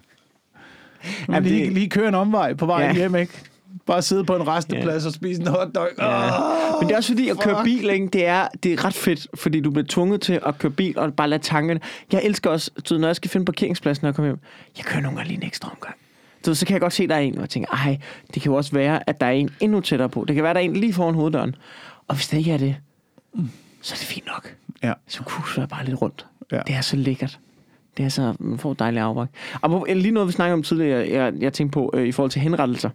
Men lige køre en omvej på vejen hjem, ikke? Bare sidde på en resteplads og spise en hotdog. Men det er også fordi, at køre bil, ikke? Det er ret fedt, fordi du bliver tvunget til at køre bil og bare lade tankerne. Jeg elsker også, når jeg skal finde parkeringspladsen, når jeg kommer hjem, jeg kører nogle gange lige en ekstra omgang. Så kan jeg godt se, at der er en, og jeg tænker, det kan jo også være, at der er en endnu tættere på. Det kan være, at der er en lige foran hoveddøren. Og hvis det ikke er det, så er det fint nok. Ja. Så kuser jeg bare lidt rundt. Ja. Det er så lækkert. Det er så, man får dejlig afbræk. Og lige noget, vi snakker om tidligere, jeg tænkte på, i forhold til henrettelser.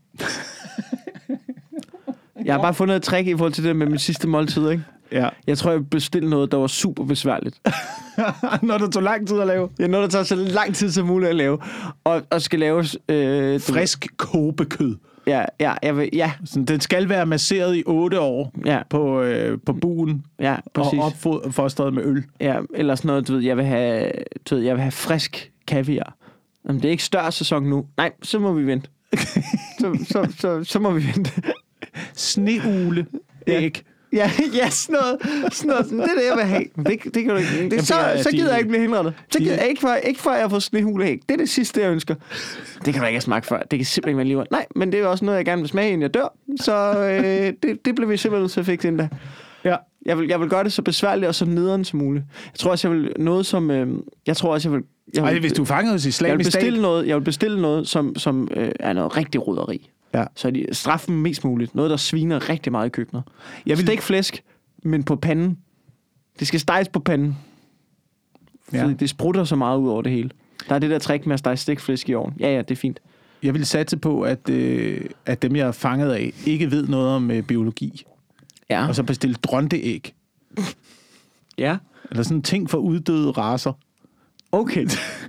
Jeg har bare fundet et trick i forhold til det med min sidste måltid, ikke? Ja. Jeg tror, jeg bestilte noget, der var super besværligt. Når det tog lang tid at lave. Ja, noget, der tager så lang tid som muligt at lave. Og skal laves... frisk kobekød. Ja. Så den skal være masseret i 8 år på buen. Ja, præcis. Og opfostret med øl. Ja, eller sådan noget, du ved, jeg vil have frisk kaviar. Jamen, det er ikke større sæson nu. Nej, så må vi vente. så må vi vente. Sneule. Æg. Ja, sådan noget. Det er det, jeg vil have. Det kan du ikke. Så gider jeg ikke blive henrettet. Så gider jeg ikke før jeg har fået snehuleæg. Det er det sidste, jeg ønsker. Det kan du ikke have smagt før. Det kan simpelthen være livet. Nej, men det er også noget, jeg gerne vil smage, inden jeg dør. Så det bliver vi simpelthen så fik ind der. Ja. Jeg vil gøre det så besværligt og så nederen som muligt. Jeg tror også, jeg vil noget som... hvis du fanger hos Islamisk Stat... Jeg vil bestille noget, som er noget rigtig roderi. Ja. Så de straffer mest muligt. Noget, der sviner rigtig meget i køkkenet. Jeg vil ikke flæsk, men på panden. Det skal steges på panden. Ja. Fordi det sprutter så meget ud over det hele. Der er det der trick med at stege stikflæsk i ovnen. Ja, det er fint. Jeg vil satse på, at dem, jeg er fanget af, ikke ved noget om biologi. Ja. Og så bestille dronteæg. Ja. Eller sådan ting for uddøde racer. Okay.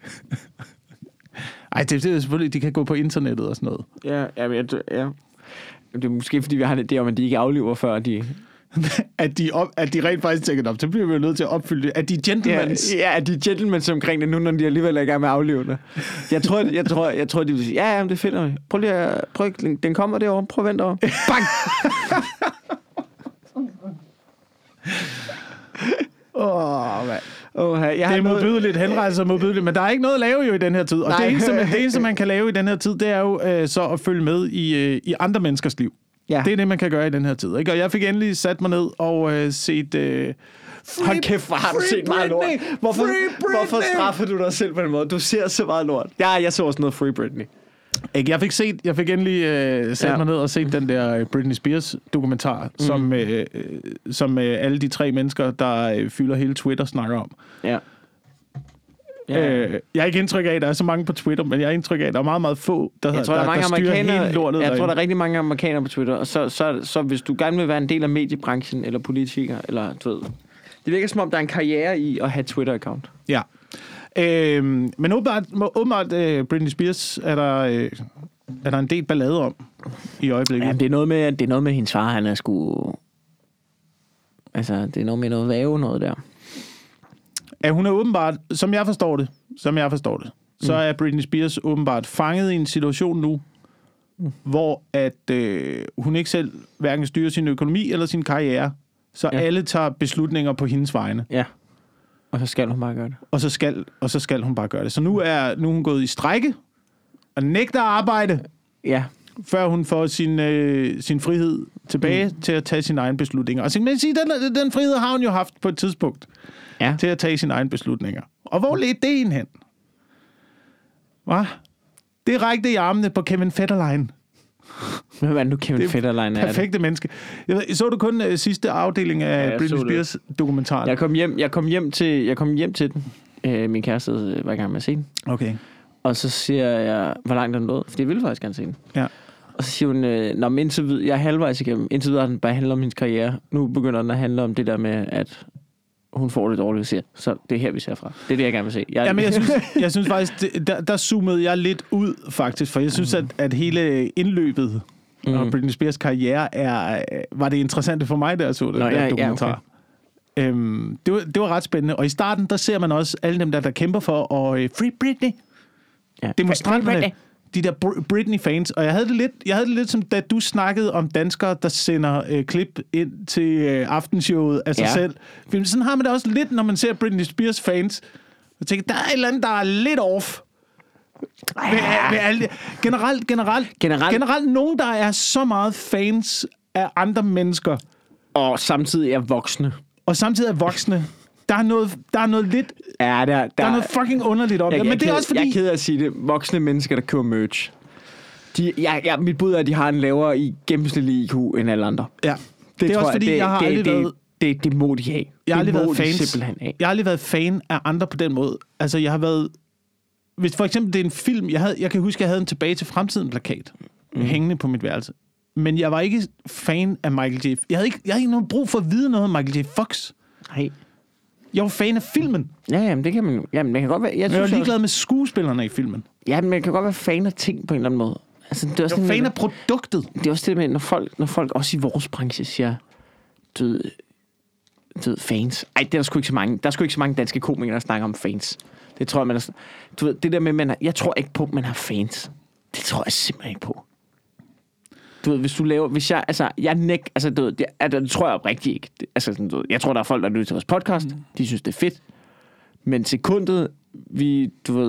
Ej, det er selvfølgelig, de kan gå på internettet og sådan noget. Ja. Det er måske, fordi vi har det der, om at de ikke aflever før de... at de rent faktisk tænker op, så bliver vi jo nødt til at opfylde det. At de gentlemen... Ja, at de gentlemen omkring det nu, når de alligevel er i gang med at afleve det. Jeg tror, de vil sige, ja, det er fedt. Prøv, den kommer derovre. Prøv at vente over. Bang! Det er modbydeligt, henrejser modbydeligt, men der er ikke noget at lave jo i den her tid. Og det eneste, man kan lave i den her tid, det er jo så at følge med i andre menneskers liv. Ja. Det er det, man kan gøre i den her tid. Ikke? Og jeg fik endelig sat mig ned og set... Hold kæft, hvor har du set meget lort. Hvorfor straffer du dig selv på den måde? Du ser så meget lort. Ja, jeg så også noget Free Britney. Jeg fik endelig sat mig ned og set den der Britney Spears dokumentar, som alle de 3 mennesker, der fylder hele Twitter, snakker om. Ja. Jeg har ikke indtryk af, at der er så mange på Twitter, men jeg har indtryk af, at der er meget, meget få, der styrer hele lortet. Jeg tror, der er rigtig mange amerikanere på Twitter, og så hvis du gerne vil være en del af mediebranchen, eller politiker, eller du ved... Det virker som om, der er en karriere i at have Twitter-account. Ja. Men åbenbart Britney Spears er der en del ballade om i øjeblikket. Ja, det er noget med hendes far, han er sgu... Altså, det er noget med noget væve, noget der. Ja, hun er åbenbart, som jeg forstår det, så er Britney Spears åbenbart fanget i en situation nu, hvor at hun ikke selv hverken styrer sin økonomi eller sin karriere, så alle tager beslutninger på hendes vegne. Ja. Og så skal hun bare gøre det. Og så skal hun bare gøre det. Så nu er hun gået i strejke og nægter at arbejde. Ja. Før hun får sin frihed tilbage til at tage sine egne beslutninger. Og så kan man sige, den frihed har hun jo haft på et tidspunkt til at tage sine egne beslutninger. Og hvor ledte det en hen? Hvad? Det rækte i armene på Kevin Federline. Hvem er nu Kevin Federline? Perfekte menneske. Så du kun sidste afdeling af Britney Spears dokumentaren? Jeg kom hjem til den. Min kæreste var i gang med at se den. Okay. Og så siger jeg, hvor langt er den nået? For jeg ville faktisk gerne se den. Ja. Og så siger hun, jeg er halvvejs igennem. Indtil videre den bare handler om hendes karriere. Nu begynder den at handle om det der med, at hun får det dårligt at se. Så det er her, vi ser fra. Det er det, jeg gerne vil se. Jeg synes faktisk, der zoomede jeg lidt ud, faktisk. For jeg synes, at hele indløbet og Britney Spears karriere var det interessante for mig, der så det der dokumentar. Ja, okay. Det var ret spændende. Og i starten, der ser man også alle dem, der kæmper for at Free Britney. Ja. Demonstranterne. De der Britney-fans. Og jeg havde det lidt som, da du snakkede om danskere, der sender klip ind til aftenshowet af sig selv. For sådan har man det også lidt, når man ser Britney Spears-fans. Jeg tænker, der er et eller andet, der er lidt off. Generelt nogen, der er så meget fans af andre mennesker. Og samtidig er voksne. Der er noget lidt... Ja, der er noget fucking underligt om det. Men det er også fordi... Jeg er ked af at sige det. Voksne mennesker, der køber merch. Mit bud er, at de har en lavere i gennemsnitlig IQ end alle andre. Ja. Det er også fordi, jeg har aldrig været... Det må de have. Jeg har aldrig været fan af andre på den måde. Altså, jeg har været... Hvis for eksempel det er en film... Jeg kan huske, jeg havde en Tilbage til Fremtiden plakat hængende på mit værelse. Men jeg var ikke fan af Michael J. Jeg havde ikke nogen brug for at vide noget om Michael J. Fox. Nej. Jeg var fan af filmen. Ja, men det kan man... Jamen, man kan godt være... Jeg var ligeglad med skuespillerne i filmen. Ja, men man kan godt være fan af ting på en eller anden måde. Altså, det er også jeg var fan af produktet. Det er også det med, når folk også i vores branche siger, du ved, fans. Ej, det er der sgu ikke så mange. Der er sgu ikke så mange danske komikere, der snakker om fans. Det tror jeg, man er... Du ved, det der med, jeg tror ikke på, at man har fans. Det tror jeg simpelthen ikke på. Du ved, det tror jeg oprigtigt ikke. Jeg tror, der er folk, der lytter til vores podcast. De synes, det er fedt. Men sekundet, vi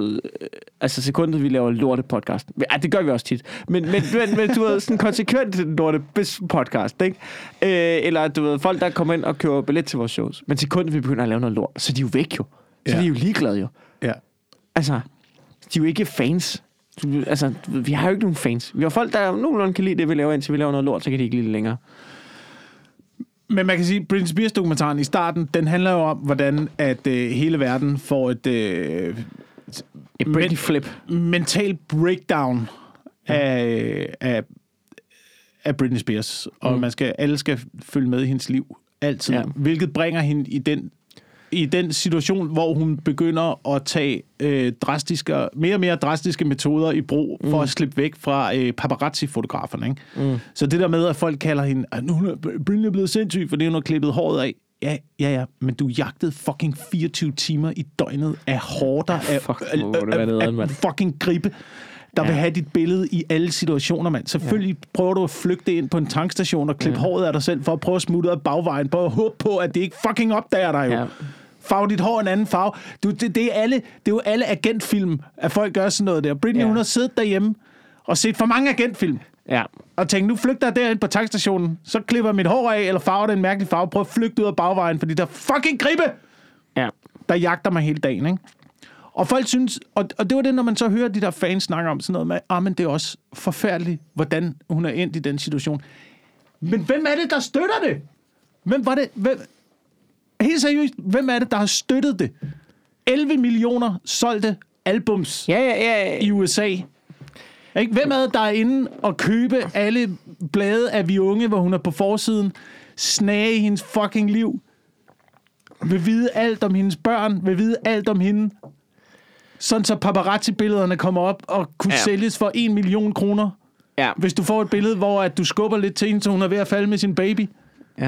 laver lorte podcast. Det gør vi også tit. Men du ved, sådan konsekvent lorte podcast, ikke? Eller du ved, folk, der kommer ind og køber billet til vores shows. Men sekundet, vi begynder at lave noget lort, så de er jo væk jo. Så de er jo ligeglade jo. Ja. Altså, de er jo ikke fans. Vi har jo ikke nogen fans. Vi har folk, der nogenlunde kan lide det, vi laver, indtil vi laver noget lort, så kan de ikke lide det længere. Men man kan sige, Britney Spears-dokumentaren i starten, den handler jo om, hvordan at hele verden får et mental breakdown af Britney Spears. Og alle skal følge med i hendes liv altid. Ja. Hvilket bringer hende i den situation, hvor hun begynder at tage mere og mere drastiske metoder i brug for at slippe væk fra paparazzi-fotograferne. Ikke? Så det der med, at folk kalder hende, at nu er Britney blevet sindssyg, fordi hun har klippet håret af. Ja, men du jagtede fucking 24 timer i døgnet af hårder, af fucking gribe, der vil have dit billede i alle situationer, mand. Selvfølgelig prøver du at flygte ind på en tankstation og klippe håret af dig selv, for at prøve at smutte ud af bagvejen, på at håbe på, at det ikke fucking opdager dig jo. Ja. farve dit hår en anden farve. Det er jo alle agentfilm, at folk gør sådan noget der. Britney, hun har siddet derhjemme og set for mange agentfilm. Ja. Og tænkte, nu flygter jeg derind på tankstationen, så klipper jeg mit hår af, eller farver det en mærkelig farve, prøv at flygte ud af bagvejen, fordi der er fucking gribe, der jagter mig hele dagen, ikke? Og folk synes, og det var det, når man så hører de der fans snakke om sådan noget med, men det er også forfærdeligt, hvordan hun er endt i den situation. Men hvem er det, der støtter det? Hvem var det? Helt seriøst, hvem er det, der har støttet det? 11 millioner solgte albums i USA. Ikke? Hvem er det, der er inde og købe alle blade af Vi Unge, hvor hun er på forsiden, snage hendes fucking liv, vil vide alt om hendes børn, vil vide alt om hende, sådan så paparazzi-billederne kommer op og kunne sælges for 1 million kroner. Ja. Hvis du får et billede, hvor at du skubber lidt til hende, så hun er ved at falde med sin baby. Ja.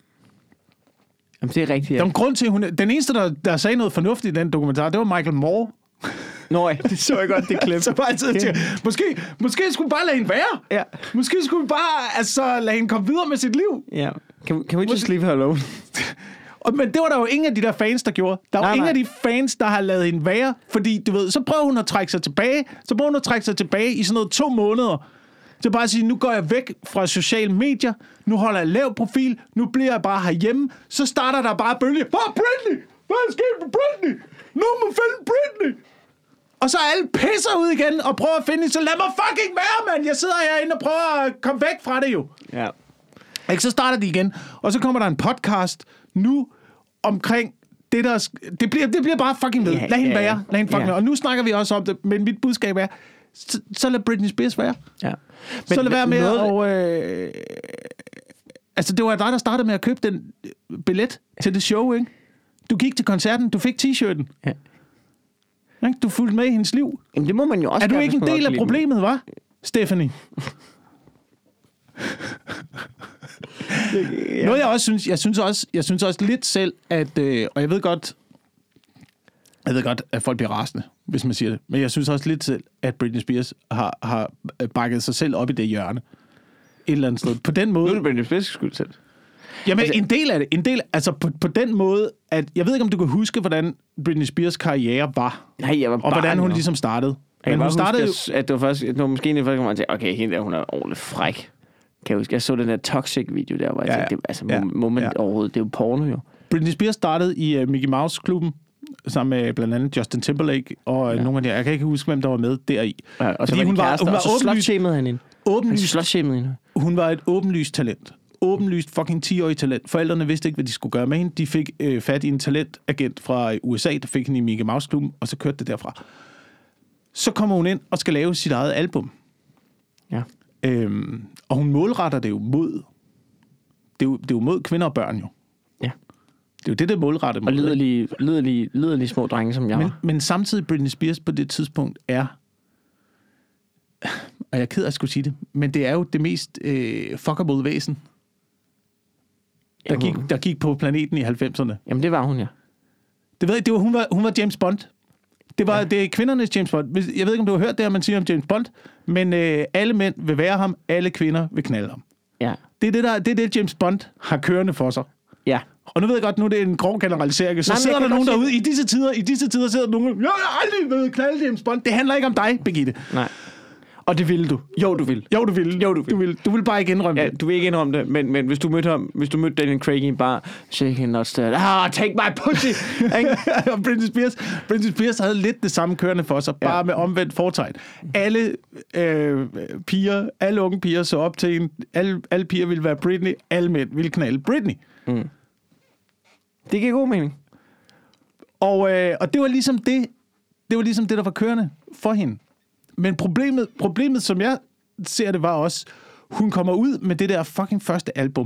Jamen, det er rigtigt, ja. Der er en grund til, den eneste, der sagde noget fornuftigt i den dokumentar, det var Michael Moore. Nå, det så jeg godt, det klip. Så bare altid tænker, måske skulle vi bare lade hende være. Ja. Måske skulle vi bare lade hende komme videre med sit liv. Ja. Can we just leave her alone? Men det var der jo ingen af de der fans, der gjorde. Der var ingen af de fans, der har ladet hende være. Fordi, du ved, så prøver hun at trække sig tilbage. Så prøver hun at trække sig tilbage i sådan noget 2 måneder. Så bare at sige, nu går jeg væk fra sociale medier. Nu holder jeg lav profil. Nu bliver jeg bare herhjemme. Så starter der bare bølge. Britney! Hvad er sket med Britney? Nu må finde Britney! Og så er alle pisser ud igen og prøver at finde det. Så lad mig fucking være, mand! Jeg sidder herinde og prøver at komme væk fra det jo. Ja. Ikke, så starter de igen. Og så kommer der en podcast nu omkring det der... Det bliver bare fucking ved. Lad hende være. Lad hende fucking være. Og nu snakker vi også om det, men mit budskab er, så lad Britney Spears være. Ja. Men så lad være med at... altså, det var dig, der startede med at købe den billet til det show, ikke? Du gik til koncerten, du fik t-shirten. Ja. Du fulgte med i hendes liv. Jamen, det må man jo også. Er du ikke en del af problemet, hva', Stephanie? Ja. Noget jeg også synes, jeg synes også lidt selv, at, og jeg ved godt, at folk bliver rasende, hvis man siger det, men jeg synes også lidt selv, at Britney Spears har bakket sig selv op i det hjørne. Et eller andet sted. På den måde... Nu er det Britney Spears skyld selv. Jamen, altså, en del, altså på den måde, at jeg ved ikke, om du kan huske, hvordan Britney Spears karriere var. Nej, jeg var og hvordan hun ligesom startede. Men hun startede jo... At det var først, det var måske en af folk, man tænkte, okay, hende der, hun er ordentligt fræk. Kan jeg huske, jeg så den der Toxic-video der, hvor jeg tænkte, må man overhovedet, det er jo porno jo. Britney Spears startede i Mickey Mouse-klubben, sammen med blandt andet Justin Timberlake, og nogle af de, jeg kan ikke huske, hvem der var med deri. Ja, og så hun var slut-shamede han hende. Hun var et åbenlyst talent. Åbenlyst fucking 10-årig talent. Forældrene vidste ikke, hvad de skulle gøre med hende. De fik fat i en talentagent fra USA, der fik hende i Mickey Mouse-klubben, og så kørte det derfra. Så kommer hun ind og skal lave sit eget album. Ja. Og hun målretter det jo mod... Det er jo mod kvinder og børn jo. Ja. Det er jo det målretter mod. Og liderlige små drenge, som jeg var. Men samtidig Britney Spears på det tidspunkt er... Og jeg er ked af at skulle sige det, men det er jo det mest fuckable væsen, der gik på planeten i 90'erne. Jamen, det var hun, ja. Det ved jeg, hun var James Bond. Det er kvindernes James Bond. Jeg ved ikke, om du har hørt det, man siger om James Bond, men alle mænd vil være ham, alle kvinder vil knalde ham. Ja. Det er det, James Bond har kørende for sig. Ja. Og nu ved jeg godt, nu er det en grov generalisering, så sidder der nogen derude, i disse tider sidder der nogen, jeg har aldrig været knalde James Bond. Det handler ikke om dig, Birgitte. Nej. Og det ville du. Jo, du vil. Du vil bare ikke indrømme det. Du vil ikke indrømme det, men hvis du mødte Daniel Craig i en bar, shake not stirred. Take my pussy! Og Britney Spears havde lidt det samme kørende for sig, bare med omvendt fortegn. Alle unge piger så op til en. Alle piger ville være Britney, alle mænd ville knalde Britney. Mm. Det giver god mening. Og det var ligesom det. Det var ligesom det, der var kørende for hende. Men problemet, som jeg ser det, var også, hun kommer ud med det der fucking første album.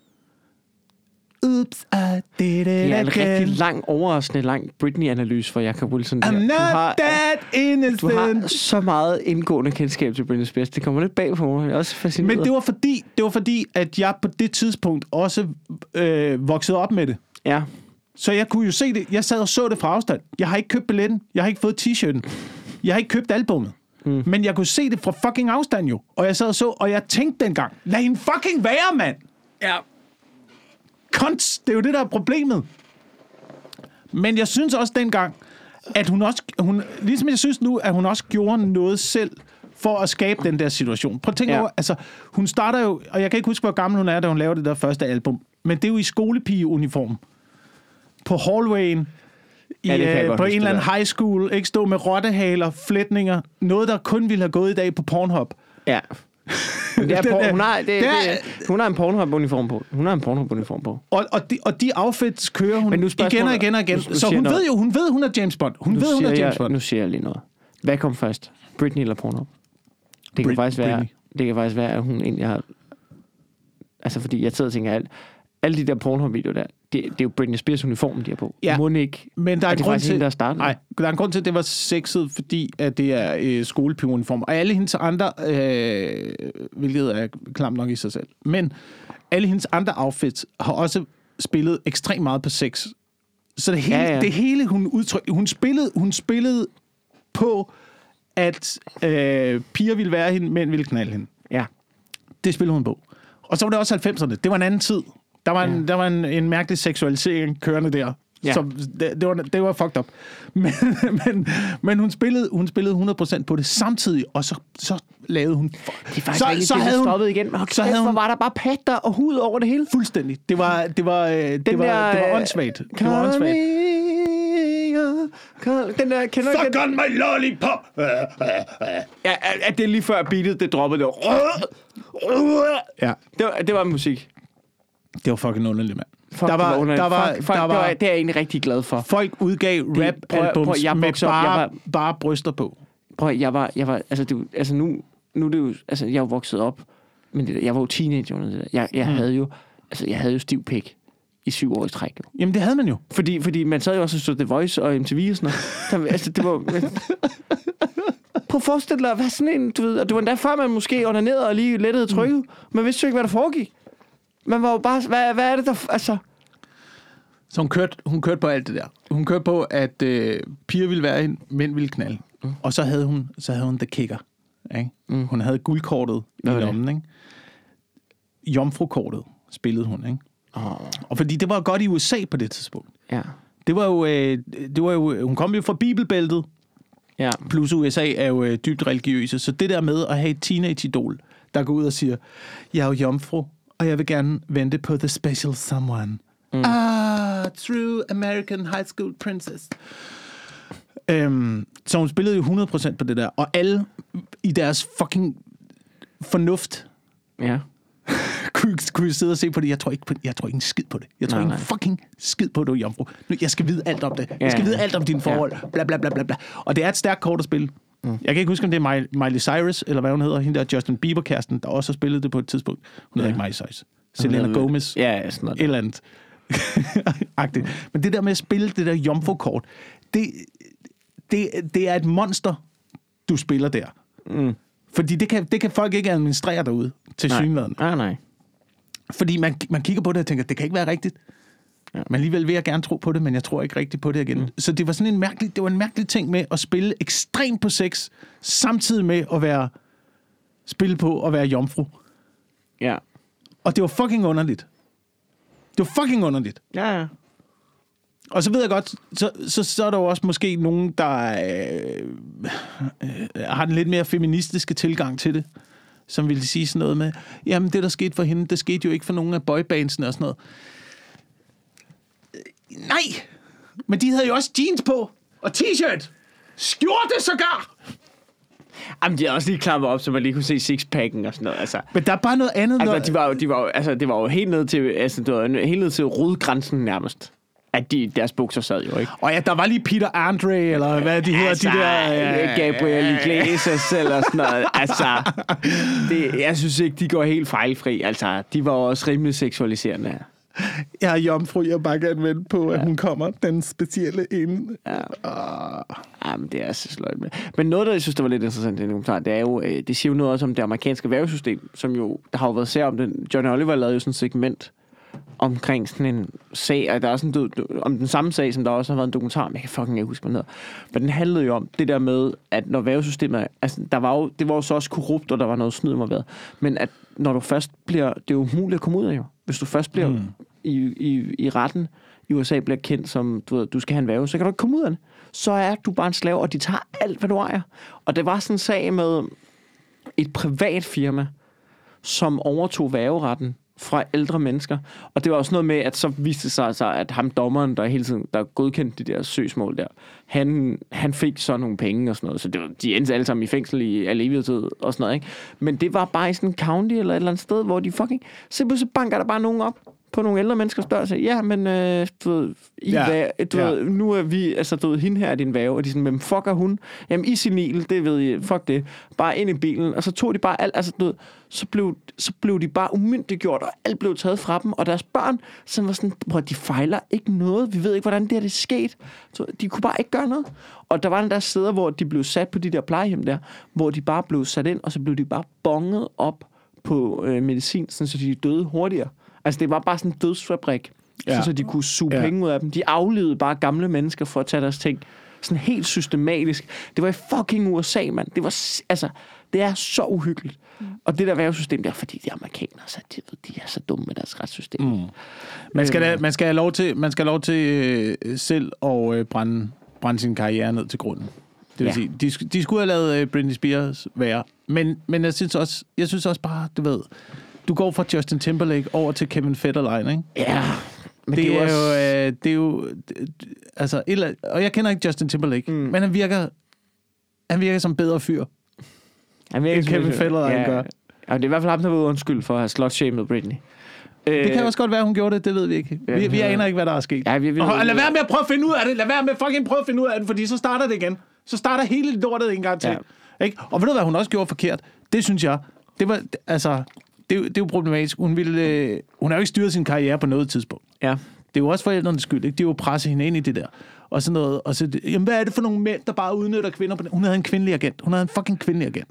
Oops, I did it again. Det er en rigtig overraskende lang Britney-analyse for Jacob Wilson. I'm not that innocent. Du har så meget indgående kendskab til Britney Spears. Det kommer lidt bag på mig. Jeg er også fascineret. Men det var fordi, at jeg på det tidspunkt også voksede op med det. Ja. Så jeg kunne jo se det. Jeg sad og så det fra afstand. Jeg har ikke købt billetten. Jeg har ikke fået t-shirten. Jeg har ikke købt albummet. Mm. Men jeg kunne se det fra fucking afstand jo. Og jeg sad og så, og jeg tænkte dengang, lad hende fucking være, mand! Ja. Kunst, det er jo det, der er problemet. Men jeg synes også dengang, at hun ligesom jeg synes nu, at hun også gjorde noget selv for at skabe den der situation. Prøv at tænke over, altså, hun starter jo, og jeg kan ikke huske, hvor gammel hun er, da hun laver det der første album, men det er jo i skolepigeuniform. På hallwayen, på en eller anden high school, ikke stå med rottehaler, flætninger, noget, der kun ville have gået i dag på Pornhub. Ja. Hun har en Pornhub-uniform på. Og de outfits kører hun igen og igen og igen. Så hun ved, hun er James Bond. Hun er James Bond. Nu siger jeg lige noget. Hvad kom først? Britney eller Pornhub? Det kan faktisk være, at hun egentlig har... Altså, fordi jeg sidder og tænker, alle de der Pornhub-videoer der, det er jo Britney Spears uniform, de har på. Ja, må ikke... Men der er en grund til... der starter. Nej, der er en grund til, at det var sexet, fordi at det er skolepigeuniform. Og alle hendes andre... hvilket er klamt nok i sig selv. Men alle hendes andre outfits har også spillet ekstremt meget på sex. Så det hele hun udtrykte... Hun spillede på, at piger ville være hende, mænd ville knalde hende. Ja. Det spillede hun på. Og så var det også 90'erne. Det var en anden tid. Der var en mærkelig seksualisering kørende der. Ja. Så det var fucked up. Men hun spillede 100% på det samtidig, og så lavede hun... Det er faktisk så havde hun stoppet igen. Så var der bare patter og hud over det hele. Fuldstændig. Det var åndssvagt. Det var åndssvagt. Den der, kender Fuck on my lollipop! Ja, det er lige før beatet, det droppede. Det var... Ja. Det var musik. Det var fucking underligt, mand. Det er jeg egentlig rigtig glad for. Folk udgav rap-albums med bare bryster på. Jeg var altså nu er det jo, altså jeg er jo vokset op, men jeg var jo teenager under det der. Jeg havde jo stiv pik i 7 år i træk. Jamen, det havde man jo. Fordi man sad jo også og så The Voice og MTV og sådan noget. Altså, det var... Prøv at forestille dig, hvad sådan en, du ved, og det var endda før man måske onanerede og lige lettede trykket. Man vidste jo ikke, hvad der foregik. Man var jo bare, hvad er det der, altså... Så hun kørte på alt det der. Hun kørte på, at piger ville være hende, mænd ville knalde. Og så havde hun the kicker. Ikke? Hun havde guldkortet i lommen, ikke? Jomfrukortet spillede hun, ikke? Og fordi det var godt i USA på det tidspunkt. Ja. Det var jo hun kom jo fra bibelbæltet. Ja. Plus USA er jo dybt religiøse. Så det der med at have et teenage-idol, der går ud og siger, jeg er jo jomfru, og jeg vil gerne vente på the special someone. True American high school princess. Så hun spillede jo 100% på det der. Og alle i deres fucking fornuft kunne sidde og se på det. Jeg tror ikke en skid på det. Jeg tror ikke en fucking skid på, at du er jomfru. Jeg skal vide alt om det. Jeg skal vide alt om dine forhold. Bla, bla, bla, bla, bla. Og det er et stærkt kort at spille. Jeg kan ikke huske, om det er Miley Cyrus, eller hvad hun hedder. Hende der Justin Bieber-kæresten, der også har spillet det på et tidspunkt. Hun hedder ikke Miley Cyrus. Selena Gomez. Ja, sådan noget. Et eller andet. Men det der med at spille det der jomfru-kort, det er et monster, du spiller der. Fordi det kan folk ikke administrere derude til synligheden. Nej. Fordi man kigger på det og tænker, det kan ikke være rigtigt. Ja. Men alligevel vil jeg gerne tro på det, men jeg tror ikke rigtigt på det igen. Så det var sådan en mærkelig ting med at spille ekstremt på sex, samtidig med at spille på at være jomfru. Ja. Og det var fucking underligt. Ja. Og så ved jeg godt, så er der jo også måske nogen, der har den lidt mere feministiske tilgang til det, som ville sige sådan noget med, jamen det, der skete for hende, det skete jo ikke for nogen af boybandsene og sådan noget. Nej! Men de havde jo også jeans på, og t-shirt, skjorte sågar! Jamen, de har også lige klappet op, så man lige kunne se sixpacken og sådan noget. Altså. Men der er bare noget andet. Altså, det var jo helt ned til rodgrænsen nærmest. At deres bukser sad jo, ikke? Og ja, der var lige Peter Andre, eller hvad de hedder, de der... Gabriel Iglesias, eller sådan noget. Altså, jeg synes ikke, de går helt fejlfri. Altså, de var også rimelig seksualiserende. Jeg er jomfru, jeg bare gerne vente på, at hun kommer, den specielle inde. Jamen, det er så sløjt med. Men noget, der jeg synes, der var lidt interessant i den kommentar, det er jo, det siger jo noget også om det amerikanske værvesystem, som jo, der har jo været sær om den. Johnny Oliver lavede jo sådan et segment omkring sådan en sag, og der er sådan om den samme sag, som der også har været en dokumentar, men jeg kan fucking ikke huske, hvad den hedder. Men den handlede jo om det der med, at når værvesystemet, altså det var jo så også korrupt, og der var noget snyd med hvad. Men at når du først bliver, det er jo umuligt at komme ud af jo. Hvis du først bliver i retten i USA bliver kendt som, du skal have en værge, så kan du ikke komme ud af det. Så er du bare en slave, og de tager alt, hvad du ejer. Og det var sådan en sag med et privat firma, som overtog værgeretten fra ældre mennesker. Og det var også noget med, at så viste sig, at ham dommeren, der hele tiden der godkendte de der søgsmål der, han fik så nogle penge og sådan noget. Så det var, de endte alle sammen i fængsel i al evighed og sådan noget, ikke? Men det var bare i sådan en county eller et eller andet sted, hvor de fucking... Så banker der bare nogen op på nogle ældre menneskers dør og siger, ja, men du ved, nu er vi, altså du ved, hende her er din værge, og de sådan, men fuck er hun? Jamen, i senil, det ved I, fuck det, bare ind i bilen, og så tog de bare alt, altså du ved, så blev de bare umyndiggjort, og alt blev taget fra dem, og deres børn, sådan var sådan, bror, de fejler ikke noget, vi ved ikke, hvordan det er sket, så de kunne bare ikke gøre noget, og der var en der steder, hvor de blev sat på de der plejehjem der, hvor de bare blev sat ind, og så blev de bare bonget op på medicin, sådan, så de døde hurtigere. Altså, det var bare sådan en dødsfabrik, så de kunne suge penge ud af dem. De aflevede bare gamle mennesker for at tage deres ting. Sådan helt systematisk. Det var i fucking USA, mand. Det var, altså, det er så uhyggeligt. Og det der værvesystem, det er fordi de amerikanere, så de er så dumme med deres retssystem. Man skal have lov til selv at brænde sin karriere ned til grunden. Det vil sige, de skulle have lavet Britney Spears være. Men jeg synes også bare, du ved... Du går fra Justin Timberlake over til Kevin Federline, ikke? Ja. Men det er jo altså, og jeg kender ikke Justin Timberlake, men han virker som bedre fyr. Han virker som Kevin Federline gør. Ja, det er i hvert fald ham, der var undskyld for at have slut-shamed Britney. Det kan også godt være, hun gjorde det ved vi ikke. Vi aner ikke, hvad der er sket. Ja, lad være med at prøve at finde ud af det. Lad være med at fucking prøve at finde ud af det, fordi så starter det igen. Så starter hele lortet en gang til. Ja. Ikke? Og ved du, hvad hun også gjorde forkert? Det synes jeg. Det var, altså... Det er jo problematisk. Hun har jo ikke styret sin karriere på noget tidspunkt. Ja. Det er jo også forældrenes skyld, ikke? Det er jo presse hende ind i det der. Og sådan noget. Og så, jamen, hvad er det for nogle mænd, der bare udnytter kvinder på det? Hun havde en kvindelig agent. Hun havde en fucking kvindelig agent.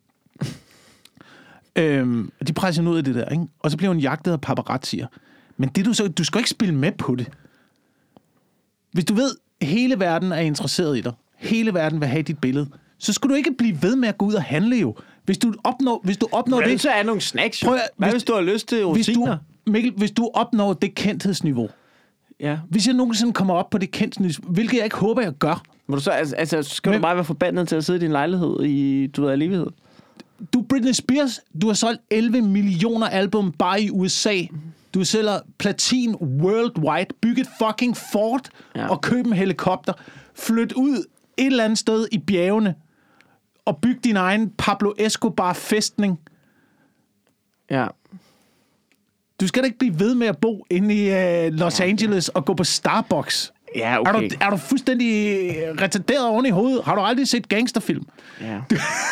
De presser hende ud af det der, ikke? Og så bliver hun jagtet af paparazzier. Men det du skal ikke spille med på det. Hvis du ved, hele verden er interesseret i dig. Hele verden vil have dit billede. Så skulle du ikke blive ved med at gå ud og handle jo. Hvis du opnår det... så er nogle snacks. Hvis du har lyst til rutiner. Mikkel, hvis du opnår det kendthedsniveau. Ja. Hvis jeg nogensinde kommer op på det kendthedsniveau, hvilket jeg ikke håber, jeg gør. Men du så, skal du bare være forbandet til at sidde i din lejlighed i, du ved, evighed? Du Britney Spears, du har solgt 11 millioner album bare i USA. Du sælger platin worldwide. Bygge et fucking fort og købe en helikopter. Flyt ud et eller andet sted i bjergene og bygge din egen Pablo Escobar-fæstning. Ja. Du skal da ikke blive ved med at bo inde i Los Angeles og gå på Starbucks. Ja, okay. Er du fuldstændig retarderet oven i hovedet? Har du aldrig set gangsterfilm? Ja.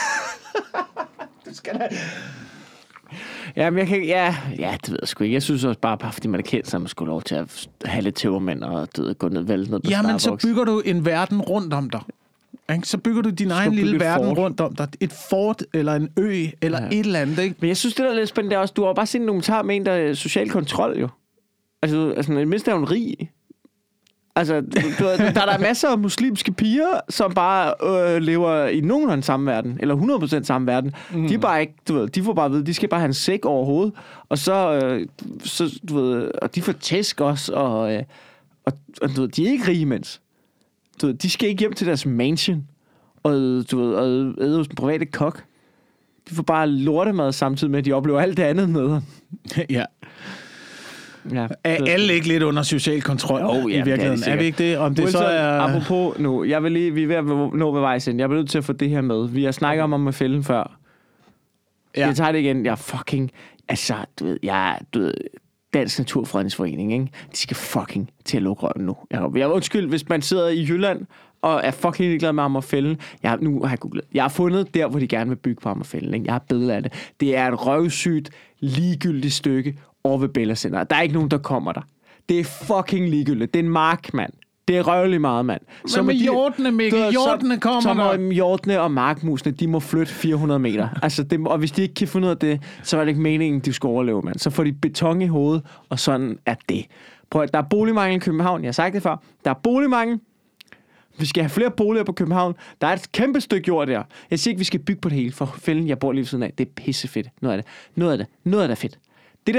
Du skal da... Ja, men jeg kan det ved jeg sgu ikke. Jeg synes også bare fordi man er kendt, så man skulle lov til at have lidt tævermænd og gå ned vælge ned på Starbucks. Men så bygger du en verden rundt om dig. Så bygger du din egen lille verden rundt om dig. Et fort, eller en ø, eller et eller andet, ikke? Men jeg synes, det der er lidt spændende, er også, du har bare set en dokumentar med en, der er social kontrol, jo. Altså mindst er hun rig. Altså, der er masser af muslimske piger, som bare lever i nogenlunde samme verden, eller 100% samme verden. De er bare ikke, du ved, de får bare at vide, de skal bare have en sæk over hovedet, og så du ved, og de får tæsk også, og du ved, de er ikke rige, mens. Du ved, de skal ikke hjem til deres mansion, og du ved, og æde hos den private kok. De får bare lortemad samtidig med, at de oplever alt det andet med. Ja. Ja, er alle ikke lidt under social kontrol i virkeligheden? Er vi ikke det? Om det Wilson, så er... Apropos nu, vi er ved at nå ved vejs ind. Jeg bliver nødt til at få det her med. Vi har snakket om med fælden før. Ja. Jeg tager det igen. Jeg fucking... Altså, du ved, Dansk Naturfredningsforening, ikke? De skal fucking til at lukke røven nu. Jeg undskyld, hvis man sidder i Jylland og er fucking ligeglad med Amagerfælden. Nu har jeg googlet. Jeg har fundet der, hvor de gerne vil bygge på Amagerfælden, ikke? Jeg har billeder af det. Det er et røvsygt, ligegyldigt stykke over ved Bella Center. Der er ikke nogen, der kommer der. Det er fucking ligegyldigt. Det er en mark, mand. Det er røvelig meget, mand. Så med hjortene, Mikkel. Hjortene kommer der. Hjortene og markmusene, de må flytte 400 meter. Altså, og hvis de ikke kan finde ud af det, så er det ikke meningen, de skal overleve, mand. Så får de beton i hovedet, og sådan er det. Prøv at, der er boligmangel i København. Jeg har sagt det før. Der er boligmangel. Vi skal have flere boliger på København. Der er et kæmpe stykke jord der. Jeg siger ikke, vi skal bygge på det hele, for fælden, jeg bor lige ved siden af. Det er pissefedt. Noget af det er fedt. Det der,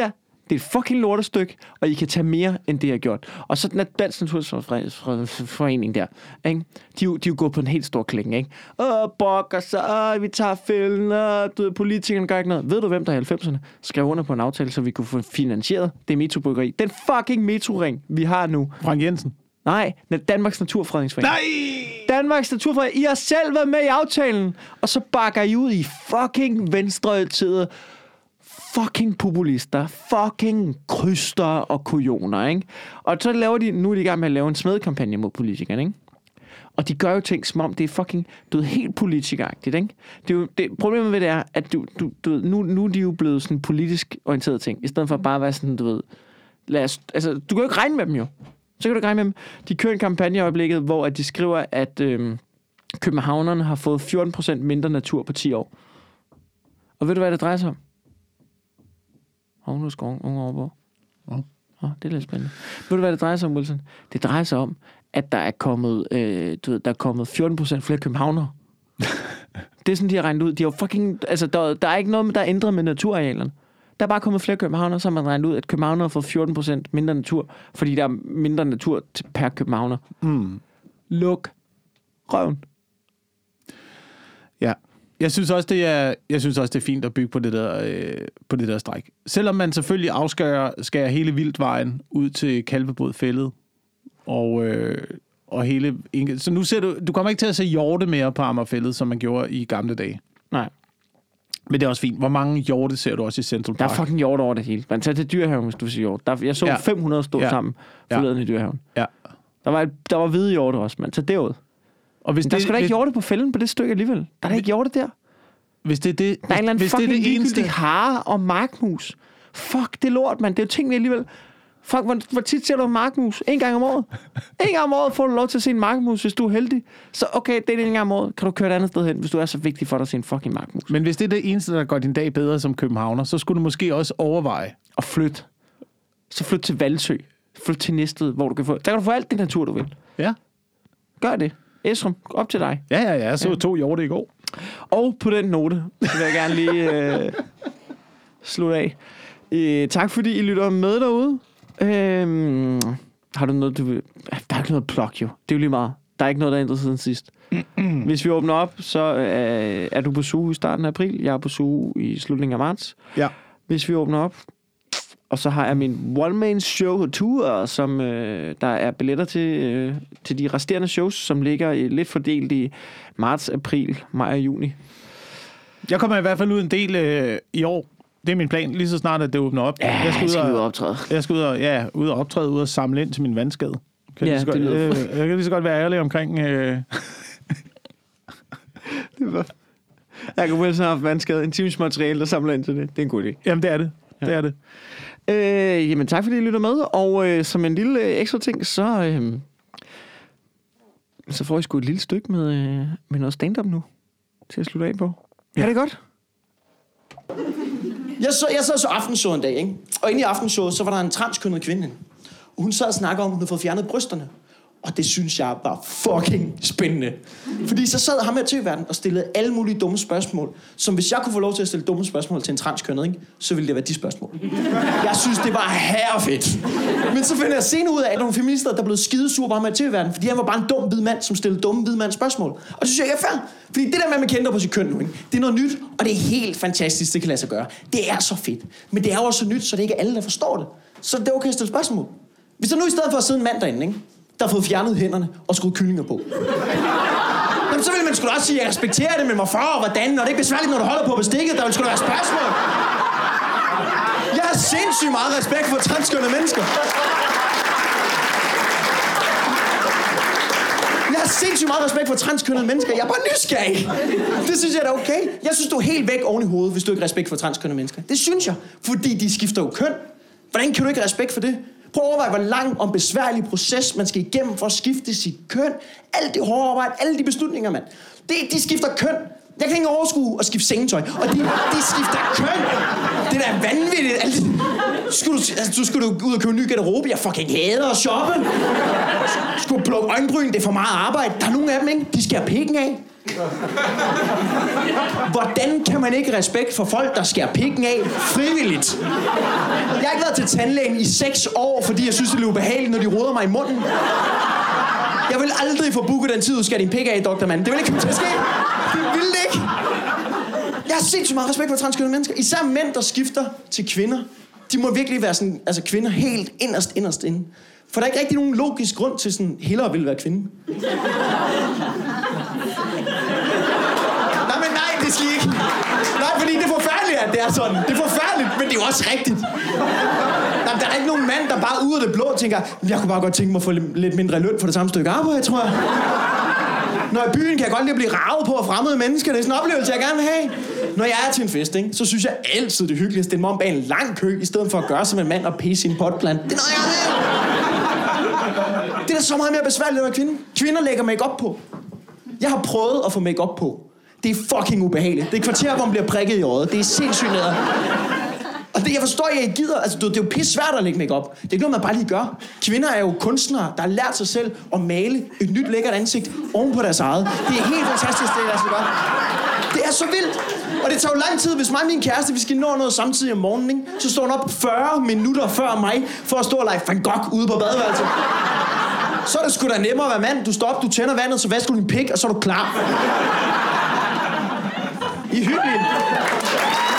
Det er et fucking lortestykke, og I kan tage mere, end det, jeg har gjort. Og så den Dansk Naturfredningsforening der, ikke? De er jo gået på en helt stor kling, ikke? Brokker sig, vi tager fælden, politikerne gør ikke noget. Ved du, hvem der i 90'erne skrev under på en aftale, så vi kunne få finansieret det metrobyggeri? Den fucking metroring, vi har nu. Frank Jensen? Nej, Danmarks Naturfredningsforening. Nej! Danmarks Naturfredningsforening. I har selv været med i aftalen, og så bakker I ud i fucking venstreorienterede fucking populister, fucking kryster og kujoner, ikke? Og så laver de, nu er de i gang med at lave en smedekampagne mod politikerne, ikke? Og de gør jo ting, som om det er fucking, du ved, helt politikeragtigt, ikke? Det er jo, problemet ved det er, at nu er de jo blevet sådan politisk orienteret ting, i stedet for bare at være sådan, du ved, altså, du kan jo ikke regne med dem jo. Så kan du ikke regne med dem. De kører en kampagne i øjeblikket, hvor at de skriver, at københavnerne har fået 14% mindre natur på 10 år. Og ved du, hvad det drejer sig om? Nu skal unge over på. Det er lidt spændende. Ved du, hvad det drejer sig om, Wilson? Det drejer sig om, at der er kommet, der er kommet 14% flere københavnere. Det er sådan, de har regnet ud. De har fucking, altså, der er ikke noget, der er ændret med naturarealerne. Der er bare kommet flere københavnere, så har man regnet ud, at københavnere har fået 14% mindre natur, fordi der er mindre natur per københavner. Luk røven. Ja. Jeg synes også, det er fint at bygge på det der stræk. Selvom man selvfølgelig skærer hele Vildtvejen ud til Kalvebod-fældet, og hele... Så nu ser du kommer ikke til at se hjorte mere på Amagerfældet, som man gjorde i gamle dage. Nej. Men det er også fint. Hvor mange hjorte ser du også i Central Park? Der er fucking hjorte over det hele. Man tager til Dyrehaven, hvis du siger hjort. Jeg så 500 stå sammen forleden i Dyrehaven. Ja. Der var hvide hjorte også, man. Så derud. Og hvis der skal da ikke hjorte på fælden på det stykke alligevel. Der er ikke hjorte der. Hvis det er det, der er en eller anden fucking ligegyldig hare og markmus. Fuck, det er lort, mand. Det er jo tingene alligevel. Fuck, hvor tit ser du en markmus? En gang om året. En gang om året får du lov til at se en markmus, hvis du er heldig. Så okay, det er en gang om året. Kan du køre et andet sted hen, hvis du er så vigtig for dig at se en fucking markmus. Men hvis det er det eneste, der gør din dag bedre som københavner, så skulle du måske også overveje at flytte. Så flyt til Valsø. Flyt til Næstved, hvor du kan få... Der kan du få alt det natur, du vil. Ja. Gør det. Esrum, op til dig. Ja. Jeg så 2 hjorte i går. Og på den note, så vil jeg gerne lige slutte af. Tak fordi I lytter med derude. Har du noget, du vil... Der er ikke noget plug, jo. Det er jo lige meget. Der er ikke noget, der er ændret siden sidst. Hvis vi åbner op, så er du på Zoo i starten af april. Jeg er på Zoo i slutningen af marts. Ja. Hvis vi åbner op, og så har jeg min one-man show tour, som der er billetter til de resterende shows, som ligger lidt fordelt i marts, april, maj og juni. Jeg kommer i hvert fald ud en del i år. Det er min plan, lige så snart, at det åbner op. Ja, jeg skal ud og optræde. Jeg skal ud og optræde, ud og samle ind til min vandskade. Jeg kan lige så godt være ærlig omkring... Jeg kan vel have haft vandskade. En times materiale, der samler ind til det. Det er en god idé. Jamen, det er det. Ja. Det er det. Jamen, tak fordi I lytter med. Og som en lille ekstra ting, så får I sgu et lille stykke med noget stand-up nu. Til at slutte af på. Ja, det er godt. Jeg sad så aftenshow en dag, ikke? Og inde i aftenshow, så var der en transkønnet kvinde. Og hun sad og snakkede om, at hun havde fået fjernet brysterne. Og det synes jeg var fucking spændende. Fordi så sad ham her til verden og stillede alle mulige dumme spørgsmål. Som hvis jeg kunne få lov til at stille dumme spørgsmål til en transkønnet, ikke? Så ville det være de spørgsmål. Jeg synes, det var herrefedt. Men så finder jeg senere ud af, at nogle feminister, der blev skidesure på ham her til verden. Fordi han var bare en dum hvid mand, som stillede dumme hvid mand spørgsmål. Og det synes jeg ikke er fair. Fordi det der med, at man kender på sit køn nu, ikke? Det er noget nyt, og det er helt fantastisk, det kan lade sig gøre. Det er så fedt. Men det er også så nyt, så det ikke er alle, der forstår det. Så det er okay at stille spørgsmål. Hvis der nu i stedet for at sidde en mand derinde, ikke? Der har fået fjernet hænderne og skruet kyllinger på. Jamen, så vil man sgu da også sige, at jeg respekterer det, men hvorfor og hvordan, og det er ikke besværligt, når du holder på bestikket, der vil sgu da være spørgsmål. Jeg har sindssygt meget respekt for transkønnede mennesker. Jeg har sindssygt meget respekt for transkønnede mennesker. Jeg er bare nysgerrig. Det synes jeg da er okay. Jeg synes, du er helt væk oven i hovedet, hvis du ikke har respekt for transkønnede mennesker. Det synes jeg, fordi de skifter jo køn. Hvordan kan du ikke have respekt for det? Prøv at overveje, hvor lang og besværlig proces man skal igennem for at skifte sit køn. Alt det hårde arbejde, alle de beslutninger, mand. De skifter køn. Jeg kan ikke overskue at skifte sengetøj. Og de skifter køn. Det der er vanvittigt. Skulle du ud og købe en ny garderobe? Jeg fucking hader at shoppe. Skulle plukke øjenbryn, det er for meget arbejde. Der er nogle af dem, ikke? De skal have pikken af. Hvordan kan man ikke respekt for folk, der skærer pikken af frivilligt? Jeg har ikke været til tandlægen i 6 år, fordi jeg synes, det er ubehageligt, når de roder mig i munden. Jeg vil aldrig få booket den tid, du skærer din pik af, doktor mand. Det vil ikke komme til at ske. Det vil det ikke. Jeg har sindssygt meget respekt for transkønnede mennesker. Især mænd, der skifter til kvinder. De må virkelig være sådan, altså kvinder helt inderst inde. For der er ikke rigtig nogen logisk grund til sådan, hellere vil være kvinde. Nej, det skal I ikke. Nej, fordi det er forfærdeligt, at det er sådan. Det er forfærdeligt, men det er jo også rigtigt. Nej, der er ikke nogen mand, der bare ud af det blå tænker, jeg kunne bare godt tænke mig at få lidt mindre løn for det samme stykke arbejde, tror jeg. Når i byen kan jeg godt lide at blive ravet på af fremmede mennesker. Det er sådan en oplevelse, jeg gerne vil have. Når jeg er til en fest, ikke, så synes jeg altid, det er hyggeligt at stille mig om bag en lang kø, i stedet for at gøre som en mand og pisse sin potplant. Det er noget, jeg vil. Det er da så meget mere besværligt at være kvinde. Kvinder lægger make-up på. Jeg har prøvet at få make-up på. Det er fucking ubehageligt. Det er et kvarter, hvor man bliver prikket i øjet. Det er sindssygt ned. Og det, jeg forstår, jeg ikke gider. Altså, det er jo pisse svært at lægge make-up. Det er ikke noget, man bare lige gør. Kvinder er jo kunstnere, der har lært sig selv at male et nyt lækkert ansigt oven på deres eget. Det er helt fantastisk, det der skal gøre. Det er så vildt. Og det tager jo lang tid, hvis mig og min kæreste, vi skal nå noget samtidig om morgenen, ikke? Så står hun op 40 minutter før mig, for at stå og lege Van Gogh ude på badeværelset. Så er det sgu da nemmere at være mand. Du står op, du tænder vandet, så vasker du din pik, og så er du klar. I er hyggelige.